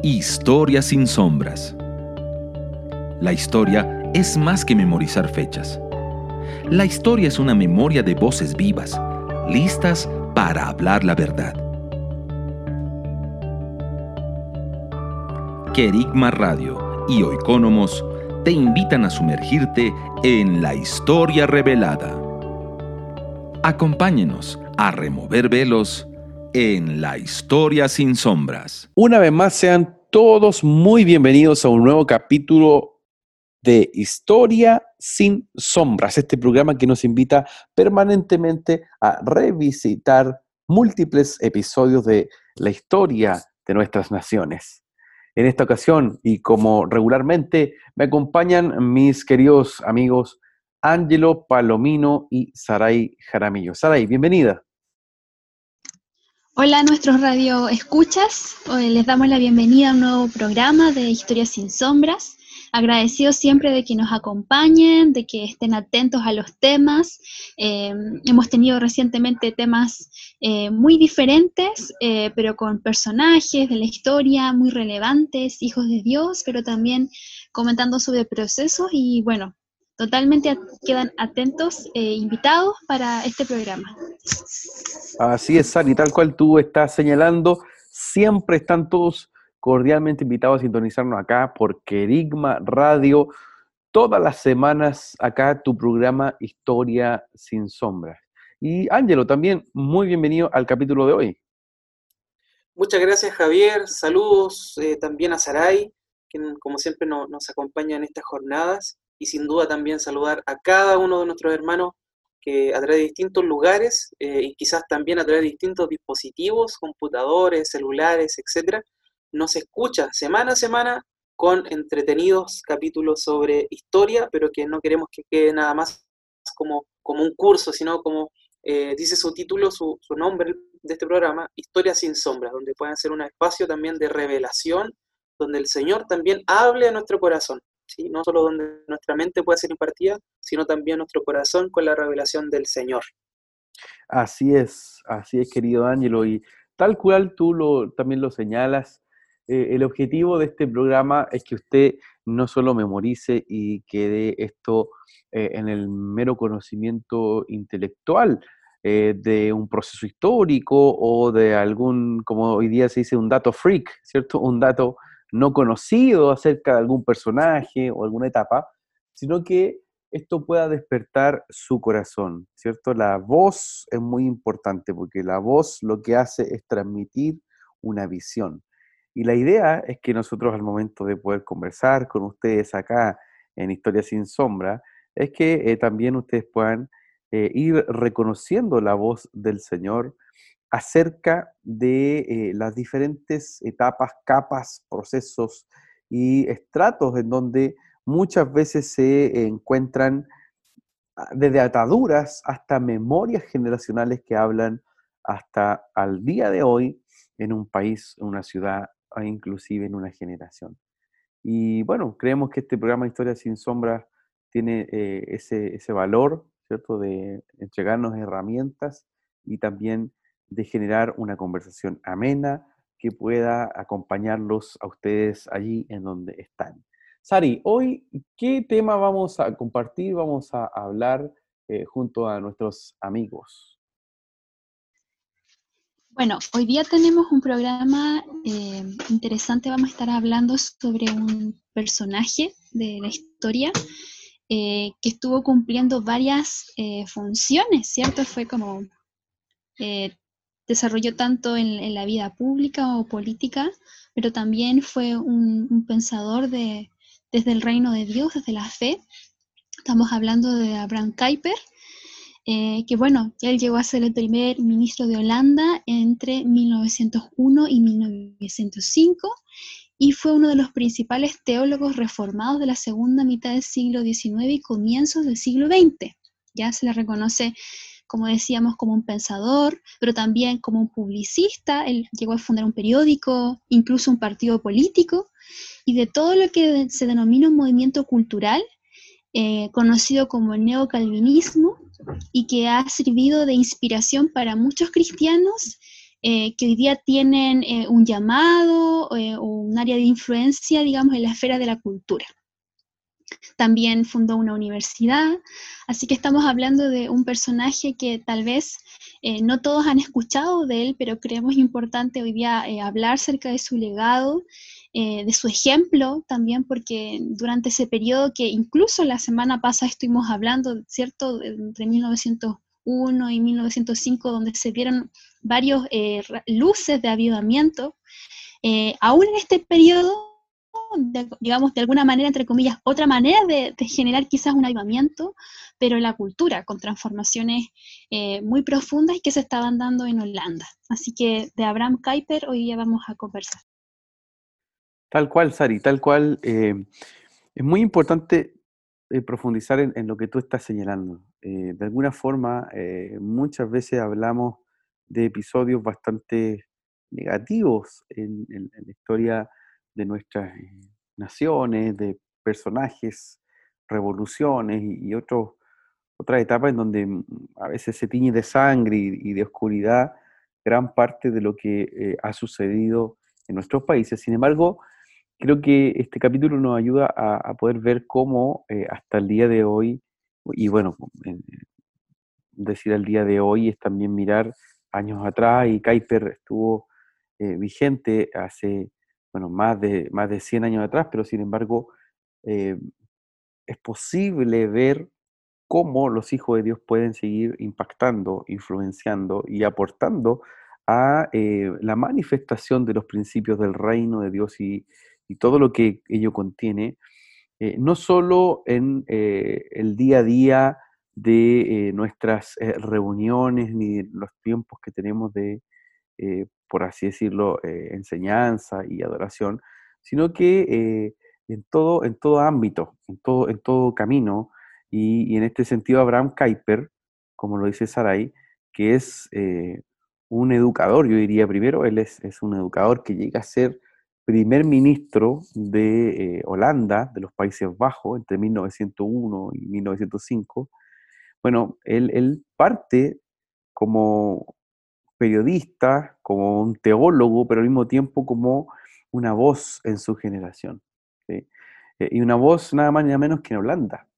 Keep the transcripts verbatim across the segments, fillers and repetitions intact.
Historia sin sombras. La historia es más que memorizar fechas. La historia es una memoria de voces vivas, listas para hablar la verdad. Querigma Radio y Oikonomos te invitan a sumergirte en la historia revelada. Acompáñenos a remover velos en la historia sin sombras. Una vez más, sean todos muy bienvenidos a un nuevo capítulo de Historia sin sombras, este programa que nos invita permanentemente a revisitar múltiples episodios de la historia de nuestras naciones. En esta ocasión, y como regularmente, me acompañan mis queridos amigos Ángelo Palomino y Saray Jaramillo. Saray, bienvenida. Hola a nuestros radio escuchas, hoy les damos la bienvenida a un nuevo programa de Historias sin Sombras, agradecidos siempre de que nos acompañen, de que estén atentos a los temas. Eh, hemos tenido recientemente temas eh, muy diferentes, eh, pero con personajes de la historia muy relevantes, hijos de Dios, pero también comentando sobre procesos y bueno, totalmente at- quedan atentos, eh, invitados para este programa. Así es, Sari, tal cual tú estás señalando, siempre están todos cordialmente invitados a sintonizarnos acá por Querigma Radio, todas las semanas acá tu programa Historia sin Sombras. Y Ángelo, también muy bienvenido al capítulo de hoy. Muchas gracias, Javier. Saludos eh, también a Saray, quien como siempre no, nos acompaña en estas jornadas. Y sin duda también saludar a cada uno de nuestros hermanos que a través de distintos lugares eh, y quizás también a través de distintos dispositivos, computadores, celulares, etcétera, nos escucha semana a semana con entretenidos capítulos sobre historia, pero que no queremos que quede nada más como, como un curso, sino como eh, dice su título, su, su nombre de este programa, Historia sin sombras, donde pueden ser un espacio también de revelación, donde el Señor también hable a nuestro corazón. ¿Sí? No solo donde nuestra mente puede ser impartida, sino también nuestro corazón con la revelación del Señor. Así es, así es, querido Ángelo, y tal cual tú lo, también lo señalas, eh, el objetivo de este programa es que usted no solo memorice y quede esto eh, en el mero conocimiento intelectual eh, de un proceso histórico o de algún, como hoy día se dice, un dato freak, ¿cierto? Un dato no conocido acerca de algún personaje o alguna etapa, sino que esto pueda despertar su corazón, ¿cierto? La voz es muy importante porque la voz lo que hace es transmitir una visión. Y la idea es que nosotros al momento de poder conversar con ustedes acá en Historia sin Sombra, es que eh, también ustedes puedan eh, ir reconociendo la voz del Señor acerca de eh, las diferentes etapas, capas, procesos y estratos en donde muchas veces se encuentran ah, desde ataduras hasta memorias generacionales que hablan hasta al día de hoy en un país, en una ciudad e inclusive en una generación. Y bueno, creemos que este programa Historia sin Sombras tiene eh, ese, ese valor, ¿cierto? De entregarnos herramientas y también de generar una conversación amena que pueda acompañarlos a ustedes allí en donde están. Sari, hoy, ¿qué tema vamos a compartir? Vamos a hablar eh, junto a nuestros amigos. Bueno, hoy día tenemos un programa eh, interesante, vamos a estar hablando sobre un personaje de la historia eh, que estuvo cumpliendo varias eh, funciones, ¿cierto? Fue como, eh, desarrolló tanto en, en la vida pública o política, pero también fue un, un pensador de, desde el reino de Dios, desde la fe. Estamos hablando de Abraham Kuyper. Eh, que bueno, él llegó a ser el primer ministro de Holanda entre mil novecientos uno y mil novecientos cinco y fue uno de los principales teólogos reformados de la segunda mitad del siglo diecinueve y comienzos del siglo veinte. Ya se le reconoce, como decíamos, como un pensador, pero también como un publicista. Él llegó a fundar un periódico, incluso un partido político, y de todo lo que se denomina un movimiento cultural, eh, conocido como el neocalvinismo, y que ha servido de inspiración para muchos cristianos eh, que hoy día tienen eh, un llamado eh, o un área de influencia, digamos, en la esfera de la cultura. También fundó una universidad, así que estamos hablando de un personaje que tal vez eh, no todos han escuchado de él, pero creemos importante hoy día eh, hablar acerca de su legado, eh, de su ejemplo también, porque durante ese periodo que incluso la semana pasada estuvimos hablando, ¿cierto?, entre mil novecientos uno y mil novecientos cinco, donde se vieron varios eh, luces de avivamiento, eh, aún en este periodo, de, digamos, de alguna manera, entre comillas, otra manera de, de generar quizás un avivamiento, pero en la cultura, con transformaciones eh, muy profundas que se estaban dando en Holanda. Así que de Abraham Kuyper hoy día vamos a conversar. Tal cual, Sari, tal cual. Eh, es muy importante eh, profundizar en, en lo que tú estás señalando. Eh, de alguna forma, eh, muchas veces hablamos de episodios bastante negativos en, en- en la historia de nuestras eh, naciones, de personajes, revoluciones y, y otros, otras etapas en donde mm, a veces se tiñe de sangre y, y de oscuridad gran parte de lo que eh, ha sucedido en nuestros países. Sin embargo, creo que este capítulo nos ayuda a, a poder ver cómo eh, hasta el día de hoy, y bueno, en- decir el día de hoy es también mirar años atrás, y Kuiper estuvo eh, vigente hace, bueno, más de, más de cien años atrás, pero sin embargo eh, es posible ver cómo los hijos de Dios pueden seguir impactando, influenciando y aportando a eh, la manifestación de los principios del reino de Dios y, y todo lo que ello contiene, eh, no solo en eh, el día a día de eh, nuestras eh, reuniones ni los tiempos que tenemos de, eh, por así decirlo, eh, enseñanza y adoración, sino que eh, en todo, en todo ámbito, en todo, en todo camino, y, y en este sentido Abraham Kuyper, como lo dice Sarai, que es eh, un educador, yo diría primero, él es, es un educador que llega a ser primer ministro de eh, Holanda, de los Países Bajos, entre mil novecientos uno y mil novecientos cinco. Bueno, él, él parte como periodista, como un teólogo, pero al mismo tiempo como una voz en su generación, ¿sí? Eh, y una voz nada más ni nada menos que en Holanda,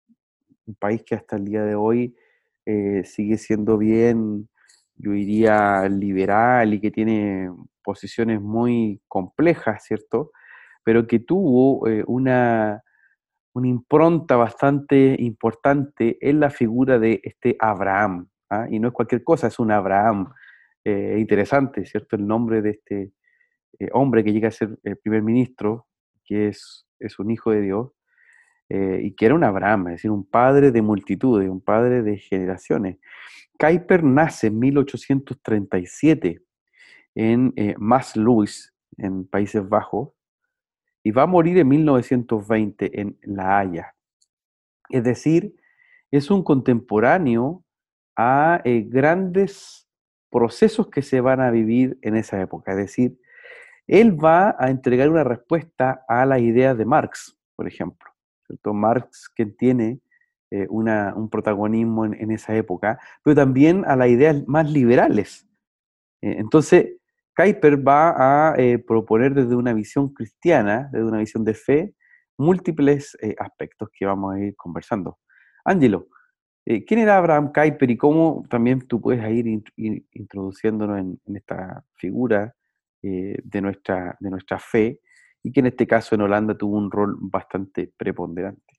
un país que hasta el día de hoy eh, sigue siendo bien, yo diría, liberal y que tiene posiciones muy complejas, ¿cierto? Pero que tuvo eh, una, una impronta bastante importante en la figura de este Abraham, ¿ah? Y no es cualquier cosa, es un Abraham. Eh, interesante, ¿cierto? El nombre de este eh, hombre que llega a ser el primer ministro, que es, es un hijo de Dios, eh, y que era un Abraham, es decir, un padre de multitudes, un padre de generaciones. Kuyper nace en mil ochocientos treinta y siete en eh, Maasluis, en Países Bajos, y va a morir en mil novecientos veinte en La Haya. Es decir, es un contemporáneo a eh, grandes procesos que se van a vivir en esa época. Es decir, él va a entregar una respuesta a las ideas de Marx, por ejemplo, ¿cierto? Marx, que tiene eh, una, un protagonismo en, en esa época, pero también a las ideas más liberales. Eh, entonces, Kuyper va a eh, proponer desde una visión cristiana, desde una visión de fe, múltiples eh, aspectos que vamos a ir conversando. Ángelo, eh, ¿quién era Abraham Kuyper y cómo también tú puedes ir, in- ir introduciéndonos en, en esta figura eh, de nuestra, de nuestra fe, y que en este caso en Holanda tuvo un rol bastante preponderante?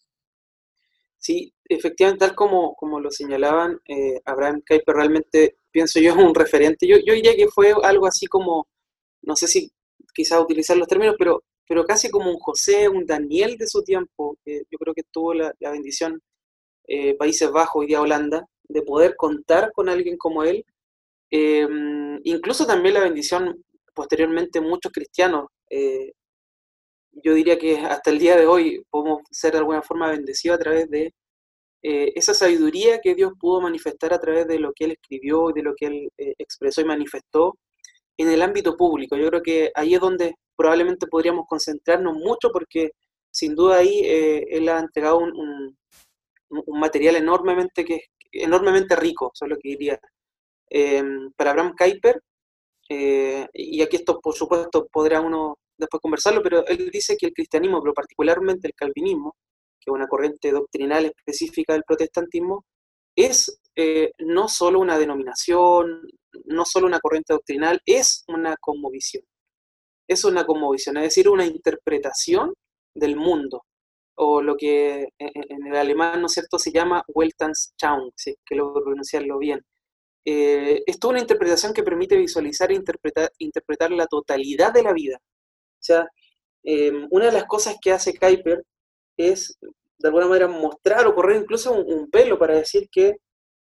Sí, efectivamente, tal como, como lo señalaban, eh, Abraham Kuyper realmente, pienso yo, es un referente. Yo, yo diría que fue algo así como, no sé si quizás utilizar los términos, pero, pero casi como un José, un Daniel de su tiempo. Eh, yo creo que tuvo la, la bendición, eh, Países Bajos, hoy día Holanda, de poder contar con alguien como él. Eh, incluso también la bendición, posteriormente, muchos cristianos. Eh, yo diría que hasta el día de hoy podemos ser de alguna forma bendecidos a través de eh, esa sabiduría que Dios pudo manifestar a través de lo que Él escribió y de lo que Él eh, expresó y manifestó en el ámbito público. Yo creo que ahí es donde probablemente podríamos concentrarnos mucho porque sin duda ahí eh, Él ha entregado un, un, un material enormemente, que, enormemente rico, eso es lo que diría. Eh, para Abraham Kuyper, eh, y aquí esto por supuesto podrá uno después conversarlo, pero él dice que el cristianismo, pero particularmente el calvinismo, que es una corriente doctrinal específica del protestantismo, es eh, no solo una denominación, no solo una corriente doctrinal, es una cosmovisión. Es una cosmovisión, es decir, una interpretación del mundo, o lo que en, en el alemán, ¿no es cierto?, se llama Weltanschauung, si es que logro pronunciarlo bien. Eh, es toda una interpretación que permite visualizar e interpretar, interpretar la totalidad de la vida. O sea, eh, una de las cosas que hace Kuyper es, de alguna manera, mostrar o correr incluso un, un velo para decir que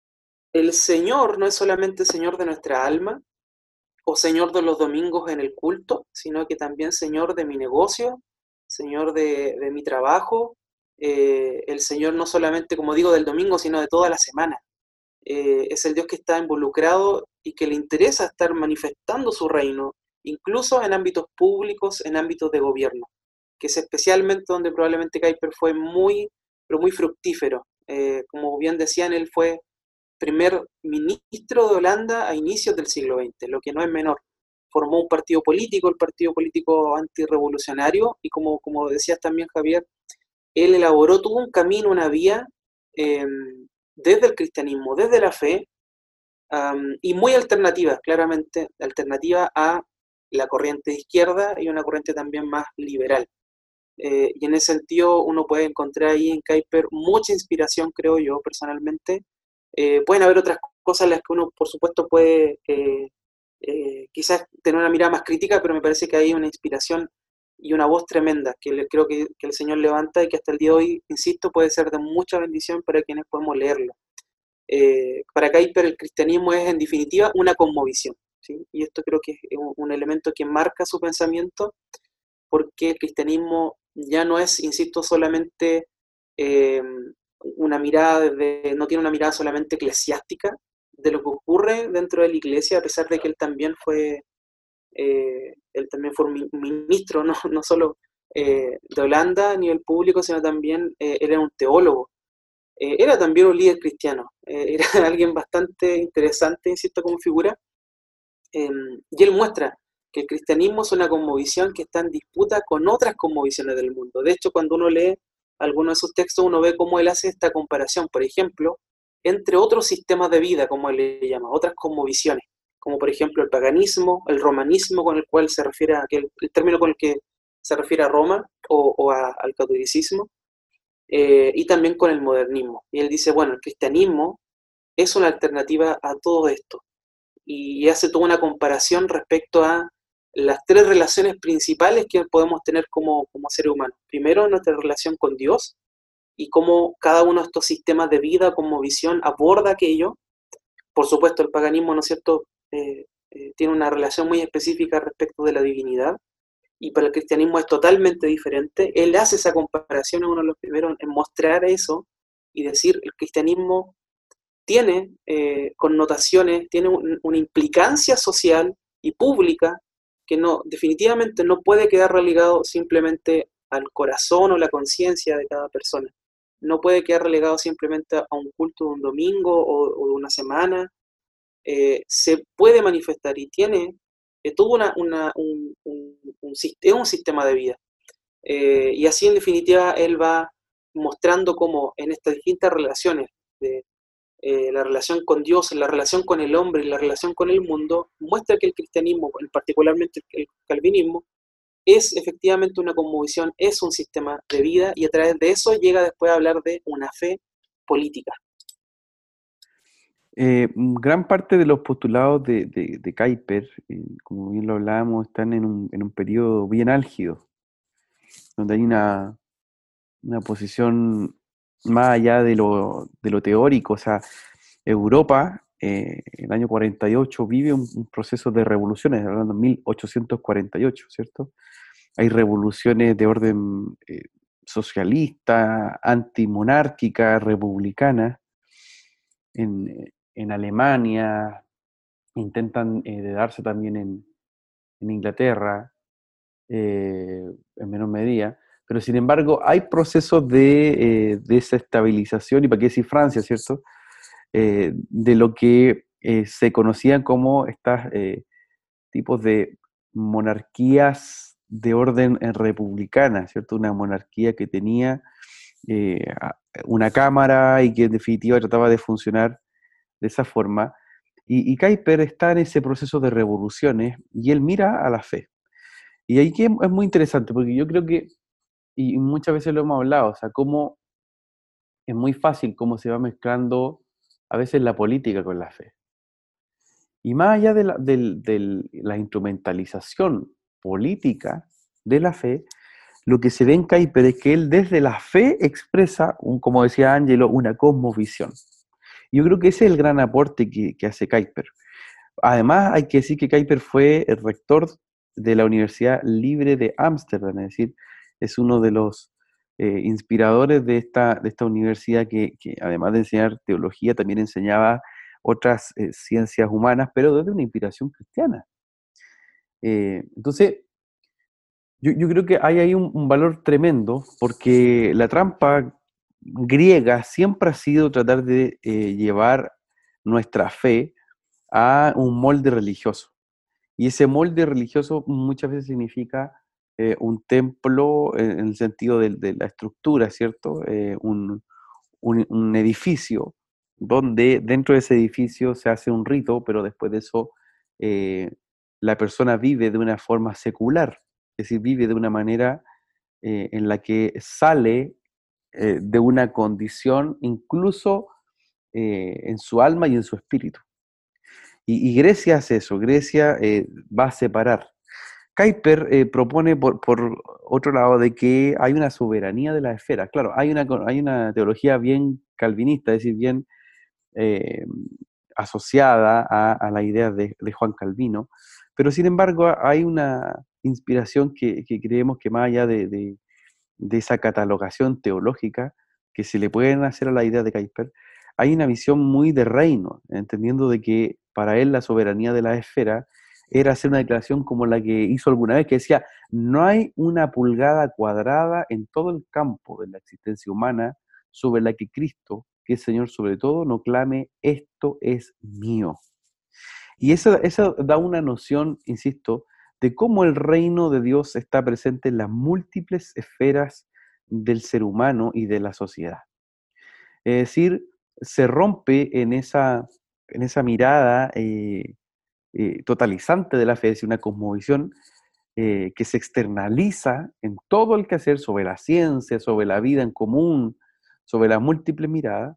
el Señor no es solamente Señor de nuestra alma, o Señor de los domingos en el culto, sino que también Señor de mi negocio, Señor de, de mi trabajo, eh, el Señor no solamente, como digo, del domingo, sino de toda la semana. Eh, es el Dios que está involucrado y que le interesa estar manifestando su reino, incluso en ámbitos públicos, en ámbitos de gobierno, que es especialmente donde probablemente Kuyper fue muy, pero muy fructífero. Eh, como bien decían, él fue primer ministro de Holanda a inicios del siglo veinte, lo que no es menor. Formó un partido político, el partido político antirrevolucionario, y como, como decías también, Javier, él elaboró todo un camino, una vía, eh, desde el cristianismo, desde la fe, um, y muy alternativa, claramente, alternativa a la corriente de izquierda y una corriente también más liberal. Eh, y en ese sentido uno puede encontrar ahí en Kuyper mucha inspiración, creo yo, personalmente. Eh, pueden haber otras cosas en las que uno, por supuesto, puede eh, eh, quizás tener una mirada más crítica, pero me parece que hay una inspiración y una voz tremenda que le, creo que, que el Señor levanta y que hasta el día de hoy, insisto, puede ser de mucha bendición para quienes podemos leerlo. Eh, para Kuyper el cristianismo es en definitiva una cosmovisión, ¿sí? Y esto creo que es un, un elemento que marca su pensamiento, porque el cristianismo ya no es, insisto, solamente eh, una mirada, de, no tiene una mirada solamente eclesiástica de lo que ocurre dentro de la iglesia, a pesar de que él también fue, eh, él también fue un ministro, no, no solo eh, de Holanda a nivel público, sino también eh, era un teólogo. Eh, era también un líder cristiano, eh, era alguien bastante interesante, insisto, como figura, eh, y él muestra que el cristianismo es una cosmovisión que está en disputa con otras cosmovisiones del mundo. De hecho, cuando uno lee algunos de sus textos, uno ve cómo él hace esta comparación, por ejemplo, entre otros sistemas de vida, como él le llama, otras cosmovisiones, como por ejemplo el paganismo, el romanismo, con el cual se refiere a, el, el término con el que se refiere a Roma o, o a, al catolicismo, eh, y también con el modernismo. Y él dice, bueno, el cristianismo es una alternativa a todo esto, y hace toda una comparación respecto a las tres relaciones principales que podemos tener como, como seres humanos. Primero, nuestra relación con Dios, y cómo cada uno de estos sistemas de vida, como visión, aborda aquello. Por supuesto, el paganismo, ¿no es cierto?, eh, eh, tiene una relación muy específica respecto de la divinidad, y para el cristianismo es totalmente diferente. Él hace esa comparación, es uno de los primeros en mostrar eso, y decir, el cristianismo tiene eh, connotaciones, tiene un, una implicancia social y pública que no, definitivamente no puede quedar relegado simplemente al corazón o la conciencia de cada persona. No puede quedar relegado simplemente a un culto de un domingo o, o de una semana. Eh, se puede manifestar y tiene eh, todo una, una, un, un, un, es un sistema de vida. Eh, y así en definitiva él va mostrando cómo en estas distintas relaciones de Eh, la relación con Dios, la relación con el hombre y la relación con el mundo, muestra que el cristianismo, particularmente el calvinismo, es efectivamente una cosmovisión, es un sistema de vida, y a través de eso llega después a hablar de una fe política. Eh, gran parte de los postulados de, de, de Kuyper, eh, como bien lo hablábamos, están en un, en un periodo bien álgido, donde hay una, una posición más allá de lo, de lo teórico. O sea, Europa, eh, en el año cuarenta y ocho, vive un, un proceso de revoluciones, hablando de mil ochocientos cuarenta y ocho, ¿cierto? Hay revoluciones de orden eh, socialista, antimonárquica, republicana. En, en Alemania, intentan eh, de darse también en, en Inglaterra, eh, en menor medida. Pero sin embargo hay procesos de eh, desestabilización, y para qué decir Francia, ¿cierto?, eh, de lo que eh, se conocían como estas eh, tipos de monarquías de orden eh, republicana, ¿cierto? Una monarquía que tenía eh, una cámara y que en definitiva trataba de funcionar de esa forma. Y, y Kuyper está en ese proceso de revoluciones y él mira a la fe. Y ahí que es muy interesante, porque yo creo que, y muchas veces lo hemos hablado, o sea, cómo es muy fácil cómo se va mezclando a veces la política con la fe. Y más allá de la, del- del- la instrumentalización política de la fe, lo que se ve en Kuyper es que él desde la fe expresa, un, como decía Angelo, una cosmovisión. Yo creo que ese es el gran aporte que, que hace Kuyper. Además, hay que decir que Kuyper fue el rector de la Universidad Libre de Ámsterdam, es decir, es uno de los eh, inspiradores de esta, de esta universidad que, que, además de enseñar teología, también enseñaba otras eh, ciencias humanas, pero desde una inspiración cristiana. Eh, entonces, yo, yo, creo que hay ahí un, un valor tremendo, porque la trampa griega siempre ha sido tratar de eh, llevar nuestra fe a un molde religioso. Y ese molde religioso muchas veces significa eh, un templo en, en el sentido de, de la estructura, ¿cierto? Eh, un, un, un edificio donde dentro de ese edificio se hace un rito, pero después de eso eh, la persona vive de una forma secular, es decir, vive de una manera eh, en la que sale eh, de una condición incluso eh, en su alma y en su espíritu. Y, y Grecia hace eso, Grecia eh, va a separar. Kuyper eh, propone por, por otro lado de que hay una soberanía de las esferas. Claro, hay una, hay una teología bien calvinista, es decir, bien eh, asociada a, a la idea de, de Juan Calvino, pero sin embargo hay una inspiración que, que creemos que más allá de, de, de esa catalogación teológica que se le pueden hacer a la idea de Kuyper, hay una visión muy de reino, entendiendo de que para él la soberanía de la esfera era hacer una declaración como la que hizo alguna vez, que decía, no hay una pulgada cuadrada en todo el campo de la existencia humana sobre la que Cristo, que es Señor sobre todo, no clame, esto es mío. Y eso, eso da una noción, insisto, de cómo el reino de Dios está presente en las múltiples esferas del ser humano y de la sociedad. Es decir, se rompe en esa, en esa mirada eh, eh, totalizante de la fe, es decir, una cosmovisión eh, que se externaliza en todo el quehacer sobre la ciencia, sobre la vida en común, sobre la múltiple mirada,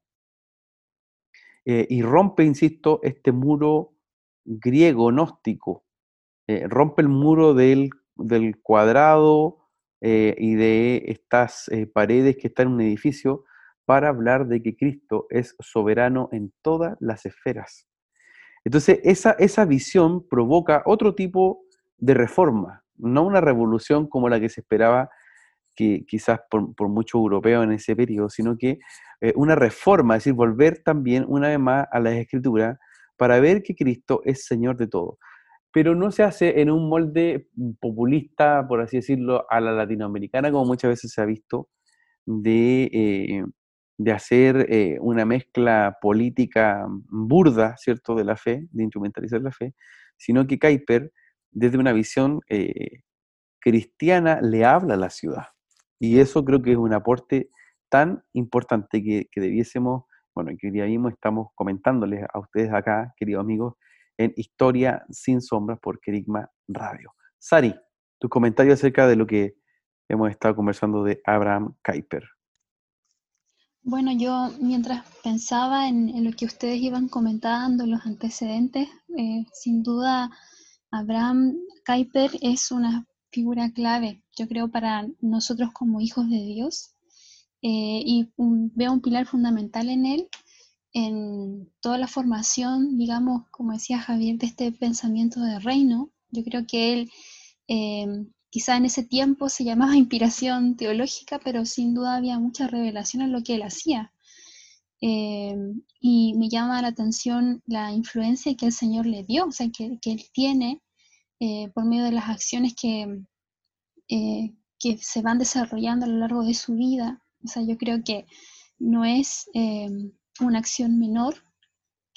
eh, y rompe, insisto, este muro griego gnóstico, eh, rompe el muro del, del cuadrado eh, y de estas eh, paredes que están en un edificio para hablar de que Cristo es soberano en todas las esferas. Entonces, esa, esa visión provoca otro tipo de reforma, no una revolución como la que se esperaba que quizás por, por muchos europeos en ese periodo, sino que eh, una reforma, es decir, volver también una vez más a las Escrituras para ver que Cristo es Señor de todo. Pero no se hace en un molde populista, por así decirlo, a la latinoamericana, como muchas veces se ha visto, de, eh, de hacer eh, una mezcla política burda, ¿cierto?, de la fe, de instrumentalizar la fe, sino que Kuyper, desde una visión eh, cristiana, le habla a la ciudad. Y eso creo que es un aporte tan importante que, que debiésemos, bueno, que hoy día mismo estamos comentándoles a ustedes acá, queridos amigos, en Historia sin Sombras por Kerigma Radio. Sari, tus comentarios acerca de lo que hemos estado conversando de Abraham Kuyper. Bueno, yo mientras pensaba en, en lo que ustedes iban comentando, los antecedentes, eh, sin duda Abraham Kuyper es una figura clave, yo creo, para nosotros como hijos de Dios, eh, y un, veo un pilar fundamental en él, en toda la formación, digamos, como decía Javier, de este pensamiento de reino. Yo creo que él, eh, quizá en ese tiempo se llamaba inspiración teológica, pero sin duda había mucha revelación en lo que él hacía. Eh, y me llama la atención la influencia que el Señor le dio, o sea, que, que él tiene eh, por medio de las acciones que, eh, que se van desarrollando a lo largo de su vida. O sea, yo creo que no es eh, una acción menor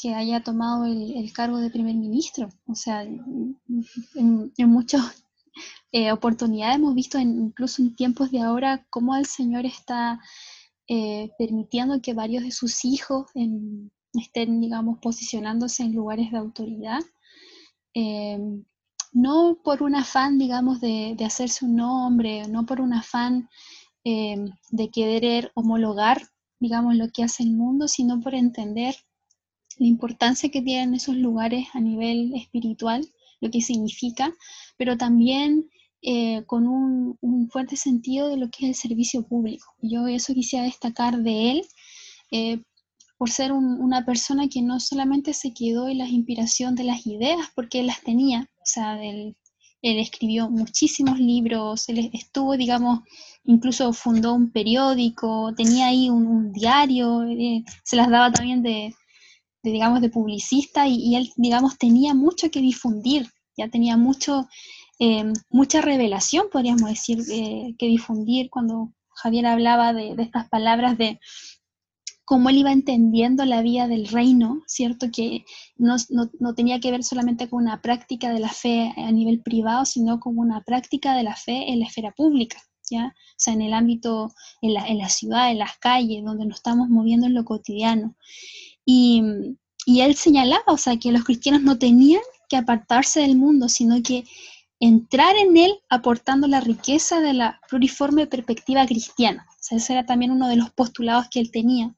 que haya tomado el, el cargo de primer ministro. O sea, en, en muchas eh, oportunidades hemos visto, en, incluso en tiempos de ahora, cómo el Señor está eh, permitiendo que varios de sus hijos en, estén, digamos, posicionándose en lugares de autoridad. Eh, no por un afán, digamos, de, de hacerse un nombre, no por un afán eh, de querer homologar, digamos, lo que hace el mundo, sino por entender la importancia que tienen esos lugares a nivel espiritual, lo que significa, pero también eh, con un, un fuerte sentido de lo que es el servicio público. Yo eso quisiera destacar de él, eh, por ser un, una persona que no solamente se quedó en la inspiración de las ideas, porque él las tenía, o sea, él, él escribió muchísimos libros, él estuvo, digamos, incluso fundó un periódico, tenía ahí un, un diario, eh, se las daba también de, de, digamos, de publicista, y, y él, digamos, tenía mucho que difundir, ya tenía mucho, eh, mucha revelación, podríamos decir, eh, que difundir cuando Javier hablaba de, de estas palabras de cómo él iba entendiendo la vida del reino, ¿cierto? Que no, no, no tenía que ver solamente con una práctica de la fe a nivel privado, sino como una práctica de la fe en la esfera pública, ¿ya? O sea, en el ámbito, en la, en la ciudad, en las calles, donde nos estamos moviendo en lo cotidiano. Y, y él señalaba, o sea, que los cristianos no tenían que apartarse del mundo, sino que entrar en él aportando la riqueza de la pluriforme perspectiva cristiana. O sea, ese era también uno de los postulados que él tenía.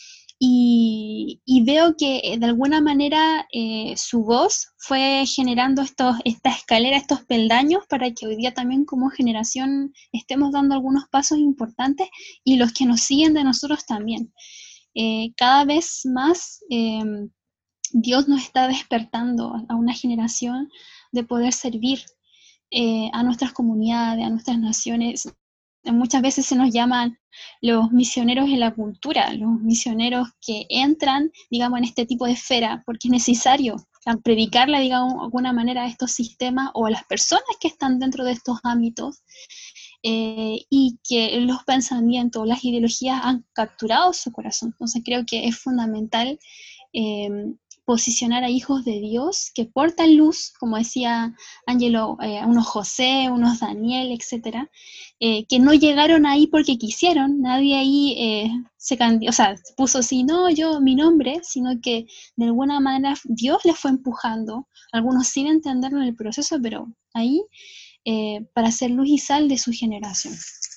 Y, y veo que de alguna manera eh, su voz fue generando estos, esta escalera, estos peldaños, para que hoy día también como generación estemos dando algunos pasos importantes, y los que nos siguen de nosotros también. Eh, cada vez más eh, Dios nos está despertando a una generación de poder servir eh, a nuestras comunidades, a nuestras naciones. Muchas veces se nos llaman los misioneros en la cultura, los misioneros que entran, digamos, en este tipo de esfera, porque es necesario predicarle, digamos, de alguna manera a estos sistemas o a las personas que están dentro de estos ámbitos, eh, y que los pensamientos, las ideologías han capturado su corazón. Entonces creo que es fundamental eh, posicionar a hijos de Dios que portan luz, como decía Ángelo, eh, unos José, unos Daniel, etcétera, eh, que no llegaron ahí porque quisieron, nadie ahí eh, se o sea, puso así, no, yo, mi nombre, sino que de alguna manera Dios les fue empujando, algunos sin entenderlo en el proceso, pero ahí eh, para ser luz y sal de su generación.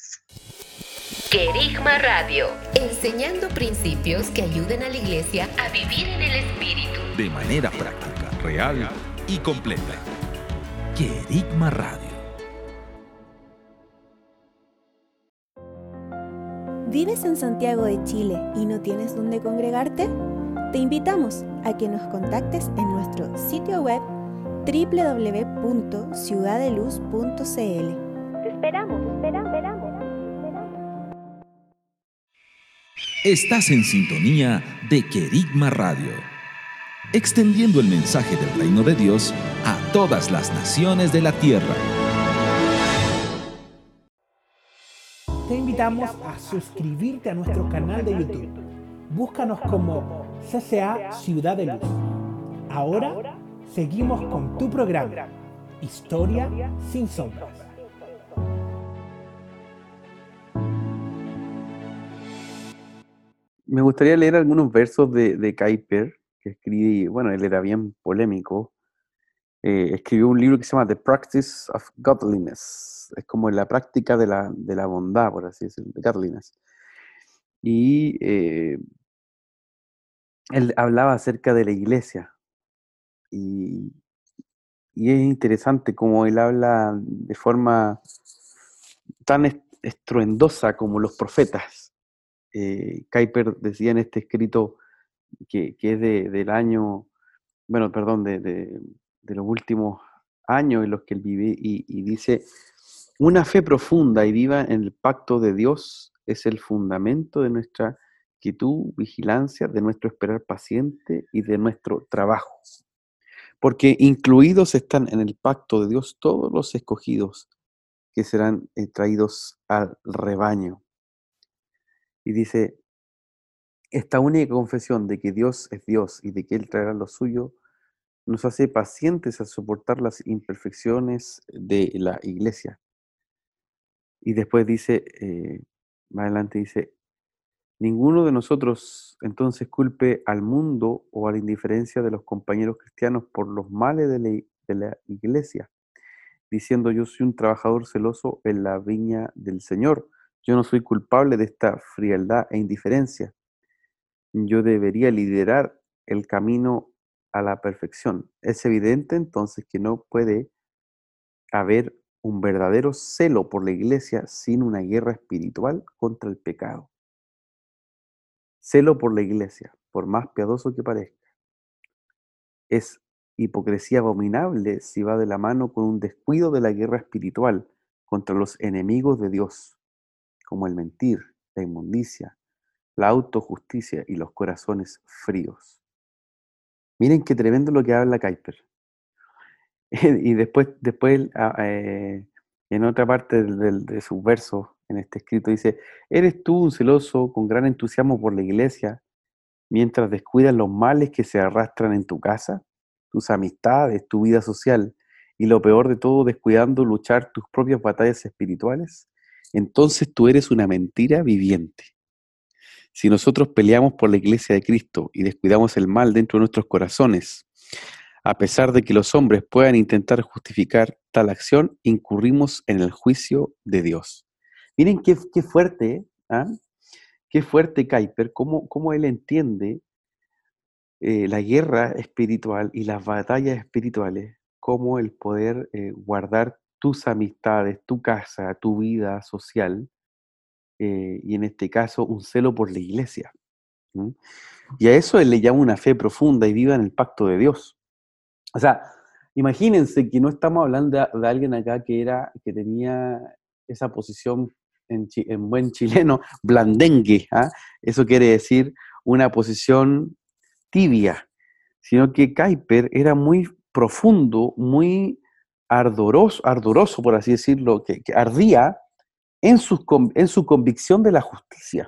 Querigma Radio, enseñando principios que ayuden a la iglesia a vivir en el Espíritu. De manera práctica, real y completa. Querigma Radio. ¿Vives en Santiago de Chile y no tienes dónde congregarte? Te invitamos a que nos contactes en nuestro sitio web doble u doble u doble u punto ciudad de luz punto c l. Te esperamos, esperamos, esperamos. Estás en sintonía de Querigma Radio, extendiendo el mensaje del reino de Dios a todas las naciones de la tierra. Te invitamos a suscribirte a nuestro canal de YouTube. Búscanos como C C A Ciudad de Luz. Ahora seguimos con tu programa, Historia sin Sombras. Me gustaría leer algunos versos de, de Kuyper, que escribí, bueno, él era bien polémico. Eh, escribió un libro que se llama The Practice of Godliness. Es como la práctica de la, de la bondad, por así decirlo, de Godliness. Y eh, él hablaba acerca de la iglesia. Y, y es interesante como él habla de forma tan est- estruendosa como los profetas. Eh, Kuyper decía en este escrito que, que es de, del año, bueno, perdón, de, de, de los últimos años en los que él vive, y, y dice, una fe profunda y viva en el pacto de Dios es el fundamento de nuestra quietud, vigilancia, de nuestro esperar paciente y de nuestro trabajo. Porque incluidos están en el pacto de Dios todos los escogidos que serán eh, traídos al rebaño. Y dice, esta única confesión de que Dios es Dios y de que Él traerá lo suyo, nos hace pacientes a soportar las imperfecciones de la iglesia. Y después dice, eh, más adelante dice, ninguno de nosotros entonces culpe al mundo o a la indiferencia de los compañeros cristianos por los males de la, de la iglesia, diciendo yo soy un trabajador celoso en la viña del Señor. Yo no soy culpable de esta frialdad e indiferencia. Yo debería liderar el camino a la perfección. Es evidente entonces que no puede haber un verdadero celo por la iglesia sin una guerra espiritual contra el pecado. Celo por la iglesia, por más piadoso que parezca, es hipocresía abominable si va de la mano con un descuido de la guerra espiritual contra los enemigos de Dios, como el mentir, la inmundicia, la autojusticia y los corazones fríos. Miren qué tremendo lo que habla Kuyper. Y después, después eh, en otra parte de, de, de sus versos, en este escrito, dice, ¿eres tú un celoso con gran entusiasmo por la iglesia, mientras descuidas los males que se arrastran en tu casa, tus amistades, tu vida social, y lo peor de todo, descuidando luchar tus propias batallas espirituales? Entonces tú eres una mentira viviente. Si nosotros peleamos por la iglesia de Cristo y descuidamos el mal dentro de nuestros corazones, a pesar de que los hombres puedan intentar justificar tal acción, incurrimos en el juicio de Dios. Miren qué, qué fuerte, ¿eh? Qué fuerte Kuyper, cómo, cómo él entiende eh, la guerra espiritual y las batallas espirituales, como el poder eh, guardar tus amistades, tu casa, tu vida social, eh, y en este caso un celo por la iglesia. ¿Mm? Y a eso él le llama una fe profunda y viva en el pacto de Dios. O sea, imagínense que no estamos hablando de, de alguien acá que, era, que tenía esa posición en, en buen chileno, blandengue, ¿ah? Eso quiere decir una posición tibia, sino que Kuyper era muy profundo, muy ardoroso, ardoroso por así decirlo, que, que ardía en su, en su convicción de la justicia.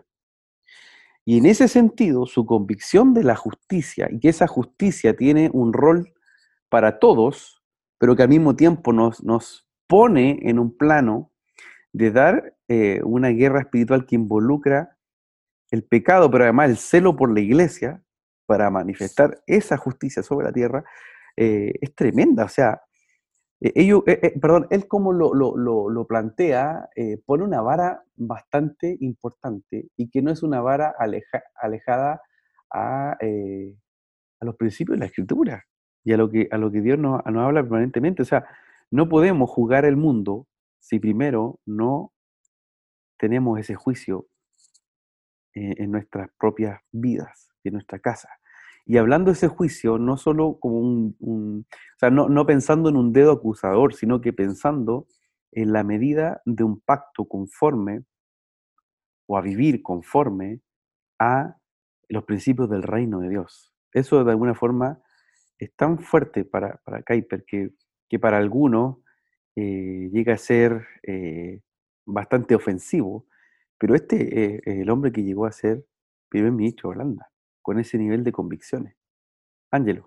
Y en ese sentido, su convicción de la justicia, y que esa justicia tiene un rol para todos, pero que al mismo tiempo nos, nos pone en un plano de dar eh, una guerra espiritual que involucra el pecado, pero además el celo por la iglesia, para manifestar esa justicia sobre la tierra, eh, es tremenda. O sea, eh, ellos, eh, eh, perdón, él como lo, lo, lo, lo plantea, eh, pone una vara bastante importante y que no es una vara aleja, alejada a, eh, a los principios de la Escritura y a lo que, a lo que Dios nos, nos habla permanentemente. O sea, no podemos juzgar el mundo si primero no tenemos ese juicio eh, en nuestras propias vidas, en nuestra casa. Y hablando de ese juicio, no solo como un, un o sea, no, no pensando en un dedo acusador, sino que pensando en la medida de un pacto conforme, o a vivir conforme a los principios del reino de Dios. Eso de alguna forma es tan fuerte para, para Kuyper que, que para algunos eh, llega a ser eh, bastante ofensivo, pero este es eh, el hombre que llegó a ser primer ministro de Holanda, con ese nivel de convicciones. Ángelo.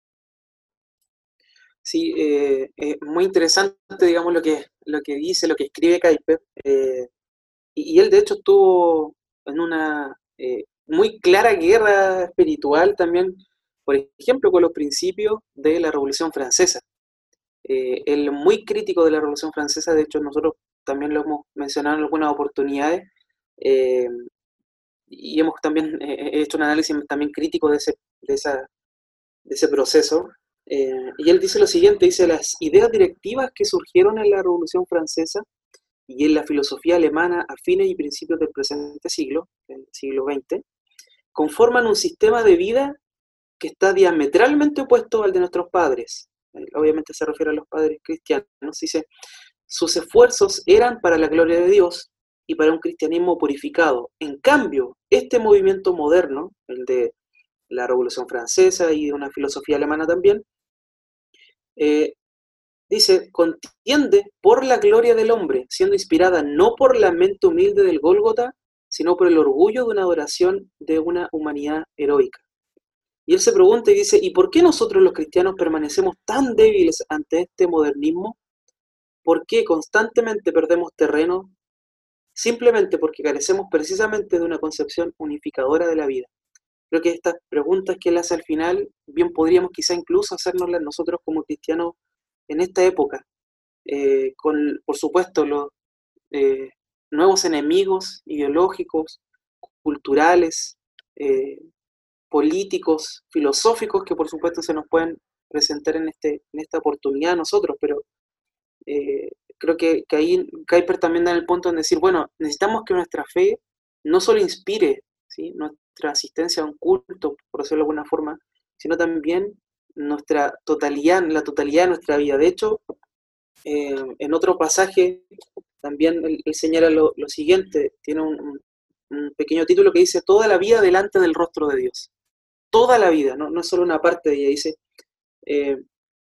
Sí, eh, es muy interesante, digamos, lo que, lo que dice, lo que escribe Kuyper, eh, y, y él de hecho estuvo en una eh, muy clara guerra espiritual también, por ejemplo, con los principios de la Revolución Francesa. Eh, él muy crítico de la Revolución Francesa, de hecho nosotros también lo hemos mencionado en algunas oportunidades, eh, y hemos también eh, hecho un análisis también crítico de ese, de esa, de ese proceso. Eh, y él dice lo siguiente, dice, las ideas directivas que surgieron en la Revolución Francesa y en la filosofía alemana a fines y principios del presente siglo, el siglo veinte, conforman un sistema de vida que está diametralmente opuesto al de nuestros padres. Obviamente se refiere a los padres cristianos. Dice, sus esfuerzos eran para la gloria de Dios y para un cristianismo purificado. En cambio, este movimiento moderno, el de la Revolución Francesa y de una filosofía alemana también, eh, dice, contiende por la gloria del hombre, siendo inspirada no por la mente humilde del Gólgota, sino por el orgullo de una adoración de una humanidad heroica. Y él se pregunta y dice, ¿y por qué nosotros los cristianos permanecemos tan débiles ante este modernismo? ¿Por qué constantemente perdemos terreno? Simplemente porque carecemos precisamente de una concepción unificadora de la vida. Creo que estas preguntas que él hace al final, bien podríamos quizá incluso hacérnoslas nosotros como cristianos en esta época, eh, con, por supuesto, los eh, nuevos enemigos ideológicos, culturales, eh, políticos, filosóficos que por supuesto se nos pueden presentar en, este, en esta oportunidad a nosotros, pero eh, creo que, que ahí Kuyper también da el punto en decir, bueno, necesitamos que nuestra fe no solo inspire, ¿sí?, nuestra asistencia a un culto, por decirlo de alguna forma, sino también nuestra totalidad, la totalidad de nuestra vida. De hecho, eh, en otro pasaje también él, él señala lo, lo siguiente, tiene un, un pequeño título que dice, toda la vida delante del rostro de Dios. Toda la vida, no, no es solo una parte de ella, dice, eh,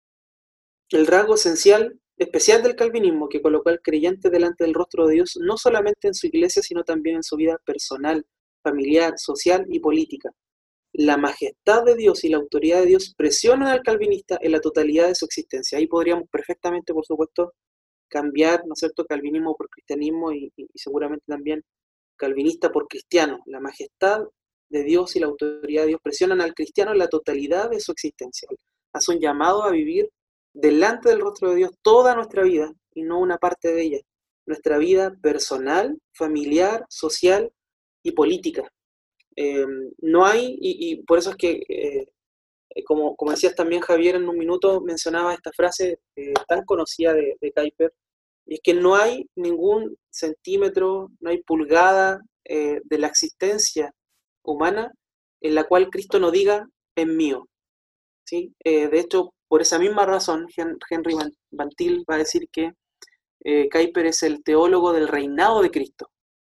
el rasgo esencial, especial del calvinismo que colocó al creyente delante del rostro de Dios, no solamente en su iglesia, sino también en su vida personal, familiar, social y política. La majestad de Dios y la autoridad de Dios presionan al calvinista en la totalidad de su existencia. Ahí podríamos perfectamente, por supuesto, cambiar, ¿no es cierto?, calvinismo por cristianismo y, y, y seguramente también calvinista por cristiano. La majestad de Dios y la autoridad de Dios presionan al cristiano en la totalidad de su existencia. Hace un llamado a vivir delante del rostro de Dios toda nuestra vida y no una parte de ella. Nuestra vida personal, familiar, social y política. Eh, no hay, y, y por eso es que, eh, como, como decías también Javier en un minuto, mencionaba esta frase eh, tan conocida de, de Kuyper, y es que no hay ningún centímetro, no hay pulgada eh, de la existencia humana en la cual Cristo no diga, es mío. ¿Sí? Eh, de hecho, por esa misma razón, Henry Van, Van Til va a decir que eh, Kuyper es el teólogo del reinado de Cristo.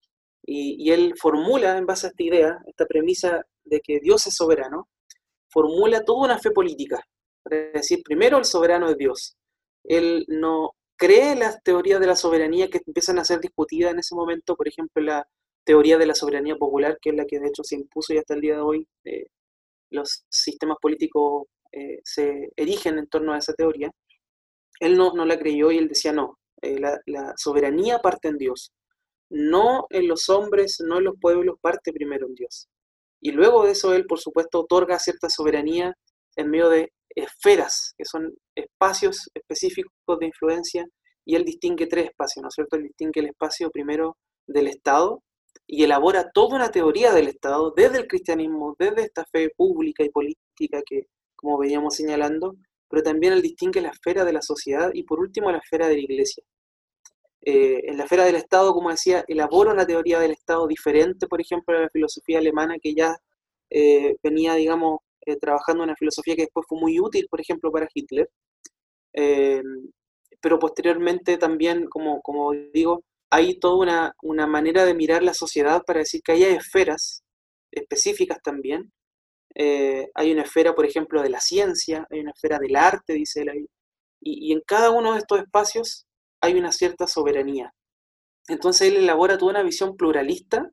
Y, y él formula, en base a esta idea, esta premisa de que Dios es soberano, formula toda una fe política. Es decir, primero el soberano es Dios. Él no cree las teorías de la soberanía que empiezan a ser discutidas en ese momento, por ejemplo, la teoría de la soberanía popular, que es la que de hecho se impuso y hasta el día de hoy eh, los sistemas políticos eh, se erigen en torno a esa teoría. Él no, no la creyó y él decía no, eh, la, la soberanía parte en Dios. No en los hombres, no en los pueblos, parte primero en Dios. Y luego de eso él, por supuesto, otorga cierta soberanía en medio de esferas, que son espacios específicos de influencia, y él distingue tres espacios, ¿no es cierto? Él distingue el espacio primero del Estado, y elabora toda una teoría del Estado, desde el cristianismo, desde esta fe pública y política que, como veníamos señalando, pero también él distingue la esfera de la sociedad, y por último la esfera de la iglesia. Eh, en la esfera del Estado, como decía, elabora una teoría del Estado diferente, por ejemplo, a la filosofía alemana que ya eh, venía, digamos, eh, trabajando en una filosofía que después fue muy útil, por ejemplo, para Hitler. Eh, pero posteriormente también, como, como digo, hay toda una, una manera de mirar la sociedad para decir que hay esferas específicas también. Eh, hay una esfera, por ejemplo, de la ciencia, hay una esfera del arte, dice él ahí, y, y en cada uno de estos espacios hay una cierta soberanía. Entonces él elabora toda una visión pluralista,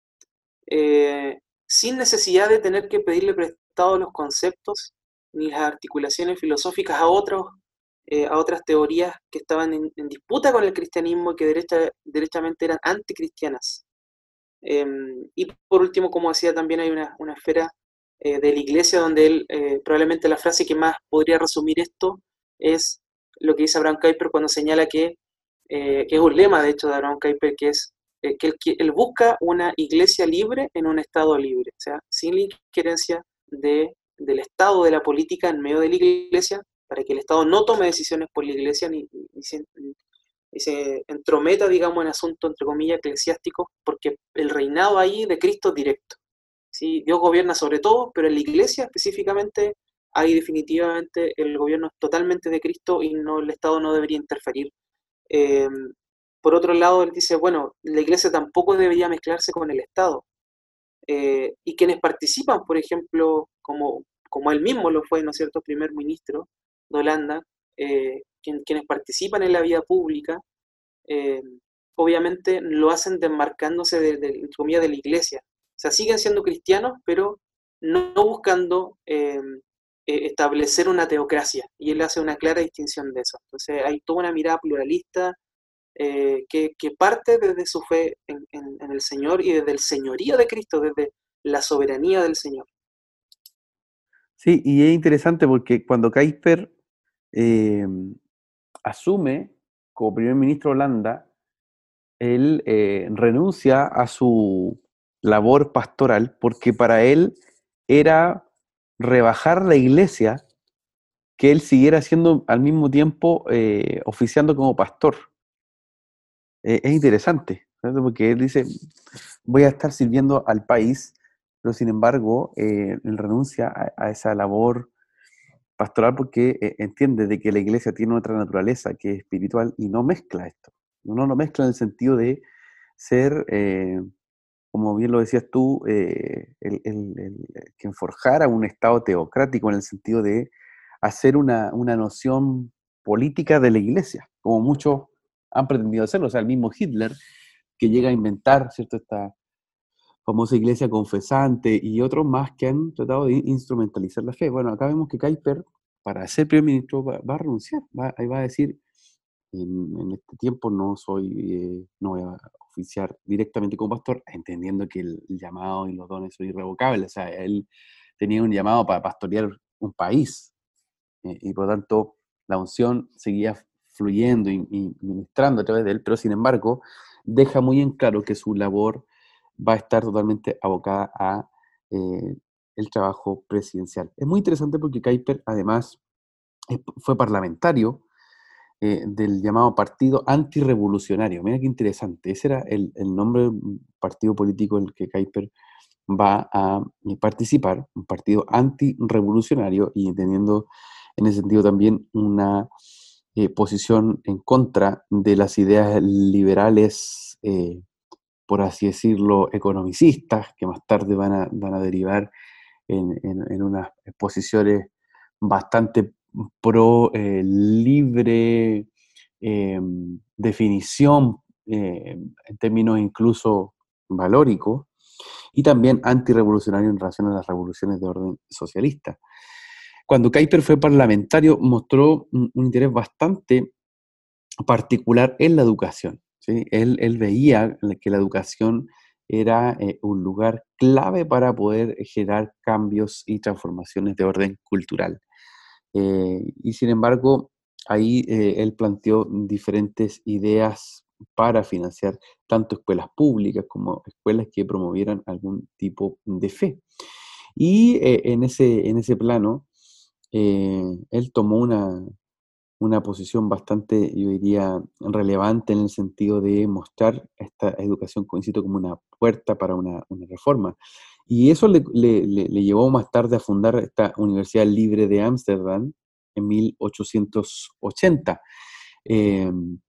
eh, sin necesidad de tener que pedirle prestado los conceptos ni las articulaciones filosóficas a, otros, eh, a otras teorías que estaban en, en disputa con el cristianismo y que derecha, derechamente eran anticristianas. Eh, y por último, como decía, también hay una, una esfera eh, de la iglesia donde él, eh, probablemente la frase que más podría resumir esto es lo que dice Abraham Kuyper cuando señala que, eh, que es un lema de hecho de Abraham Kuyper, que es eh, que, él, que él busca una iglesia libre en un estado libre, o sea, sin la injerencia de, del Estado, de la política en medio de la iglesia, para que el Estado no tome decisiones por la iglesia ni, ni, se, ni se entrometa, digamos, en asuntos, entre comillas, eclesiásticos, porque el reinado ahí de Cristo es directo. ¿Sí? Dios gobierna sobre todo, pero en la iglesia específicamente ahí definitivamente el gobierno es totalmente de Cristo y no, el Estado no debería interferir. Eh, por otro lado, él dice, bueno, la iglesia tampoco debería mezclarse con el Estado. Eh, y quienes participan, por ejemplo, como, como él mismo lo fue, ¿no es cierto?, primer ministro de Holanda, eh, quien, quienes participan en la vida pública, eh, obviamente lo hacen desmarcándose de, de, entre comillas, de la iglesia. O sea, siguen siendo cristianos, pero no buscando eh, eh, establecer una teocracia. Y él hace una clara distinción de eso. Entonces hay toda una mirada pluralista eh, que, que parte desde su fe en, en, en el Señor y desde el señorío de Cristo, desde la soberanía del Señor. Sí, y es interesante porque cuando Kuyper eh, asume como primer ministro de Holanda, él eh, renuncia a su labor pastoral porque para él era rebajar la iglesia que él siguiera siendo al mismo tiempo eh, oficiando como pastor. Eh, es interesante, ¿cierto? Porque él dice, voy a estar sirviendo al país, pero sin embargo, eh, él renuncia a, a esa labor pastoral porque eh, entiende de que la iglesia tiene otra naturaleza que es espiritual y no mezcla esto. No lo mezcla en el sentido de ser, eh, como bien lo decías tú, eh, el, el, el, que forjara un Estado teocrático en el sentido de hacer una, una noción política de la iglesia, como muchos han pretendido hacerlo. O sea, el mismo Hitler que llega a inventar, ¿cierto?, esta famosa iglesia confesante y otros más que han tratado de instrumentalizar la fe. Bueno, acá vemos que Kuyper, para ser primer ministro, va, va a renunciar, va, va a decir, en, en este tiempo no soy, eh, no voy a oficiar directamente como pastor, entendiendo que el, el llamado y los dones son irrevocables. O sea, él tenía un llamado para pastorear un país, eh, y por lo tanto la unción seguía fluyendo y, y ministrando a través de él, pero sin embargo deja muy en claro que su labor va a estar totalmente abocada a eh, el trabajo presidencial. Es muy interesante porque Kuyper además fue parlamentario eh, del llamado Partido Antirrevolucionario. Mira qué interesante, ese era el, el nombre del partido político en el que Kuyper va a participar, un partido antirrevolucionario y teniendo en ese sentido también una eh, posición en contra de las ideas liberales, eh, por así decirlo, economicistas, que más tarde van a, van a derivar en, en, en unas posiciones bastante pro eh, libre eh, definición eh, en términos incluso valóricos, y también antirrevolucionario en relación a las revoluciones de orden socialista. Cuando Kuyper fue parlamentario, mostró un, un interés bastante particular en la educación, ¿sí? Él, él veía que la educación era eh, un lugar clave para poder generar cambios y transformaciones de orden cultural. Eh, y sin embargo, ahí eh, él planteó diferentes ideas para financiar tanto escuelas públicas como escuelas que promovieran algún tipo de fe. Y eh, en, ese, en ese plano, eh, él tomó una, una posición bastante, yo diría, relevante en el sentido de mostrar esta educación, insisto, como una puerta para una, una reforma. Y eso le, le, le llevó más tarde a fundar esta Universidad Libre de Ámsterdam en mil ochocientos ochenta. Eh,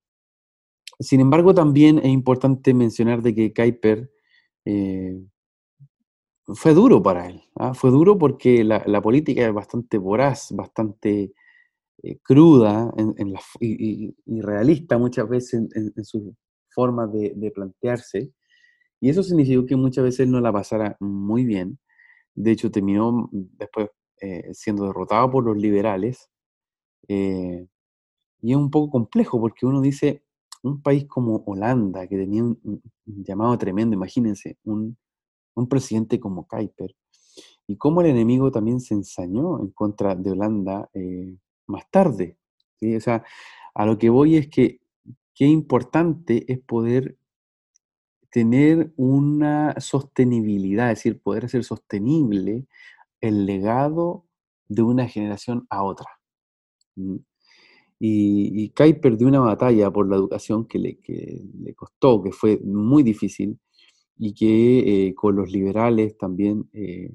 sin embargo, también es importante mencionar de que Kuyper eh, fue duro para él, ¿ah? Fue duro porque la, la política es bastante voraz, bastante eh, cruda en, en la, y, y, y realista muchas veces en, en, en su forma de, de plantearse. Y eso significó que muchas veces no la pasara muy bien. De hecho, terminó después eh, siendo derrotado por los liberales. Eh, y es un poco complejo porque uno dice, un país como Holanda, que tenía un, un, un llamado tremendo, imagínense, un, un presidente como Kuyper, y cómo el enemigo también se ensañó en contra de Holanda eh, más tarde, ¿sí? O sea, a lo que voy es que qué importante es poder tener una sostenibilidad, es decir, poder hacer sostenible el legado de una generación a otra. ¿Mm? Y, y Kai perdió una batalla por la educación que le, que le costó, que fue muy difícil, y que eh, con los liberales también eh,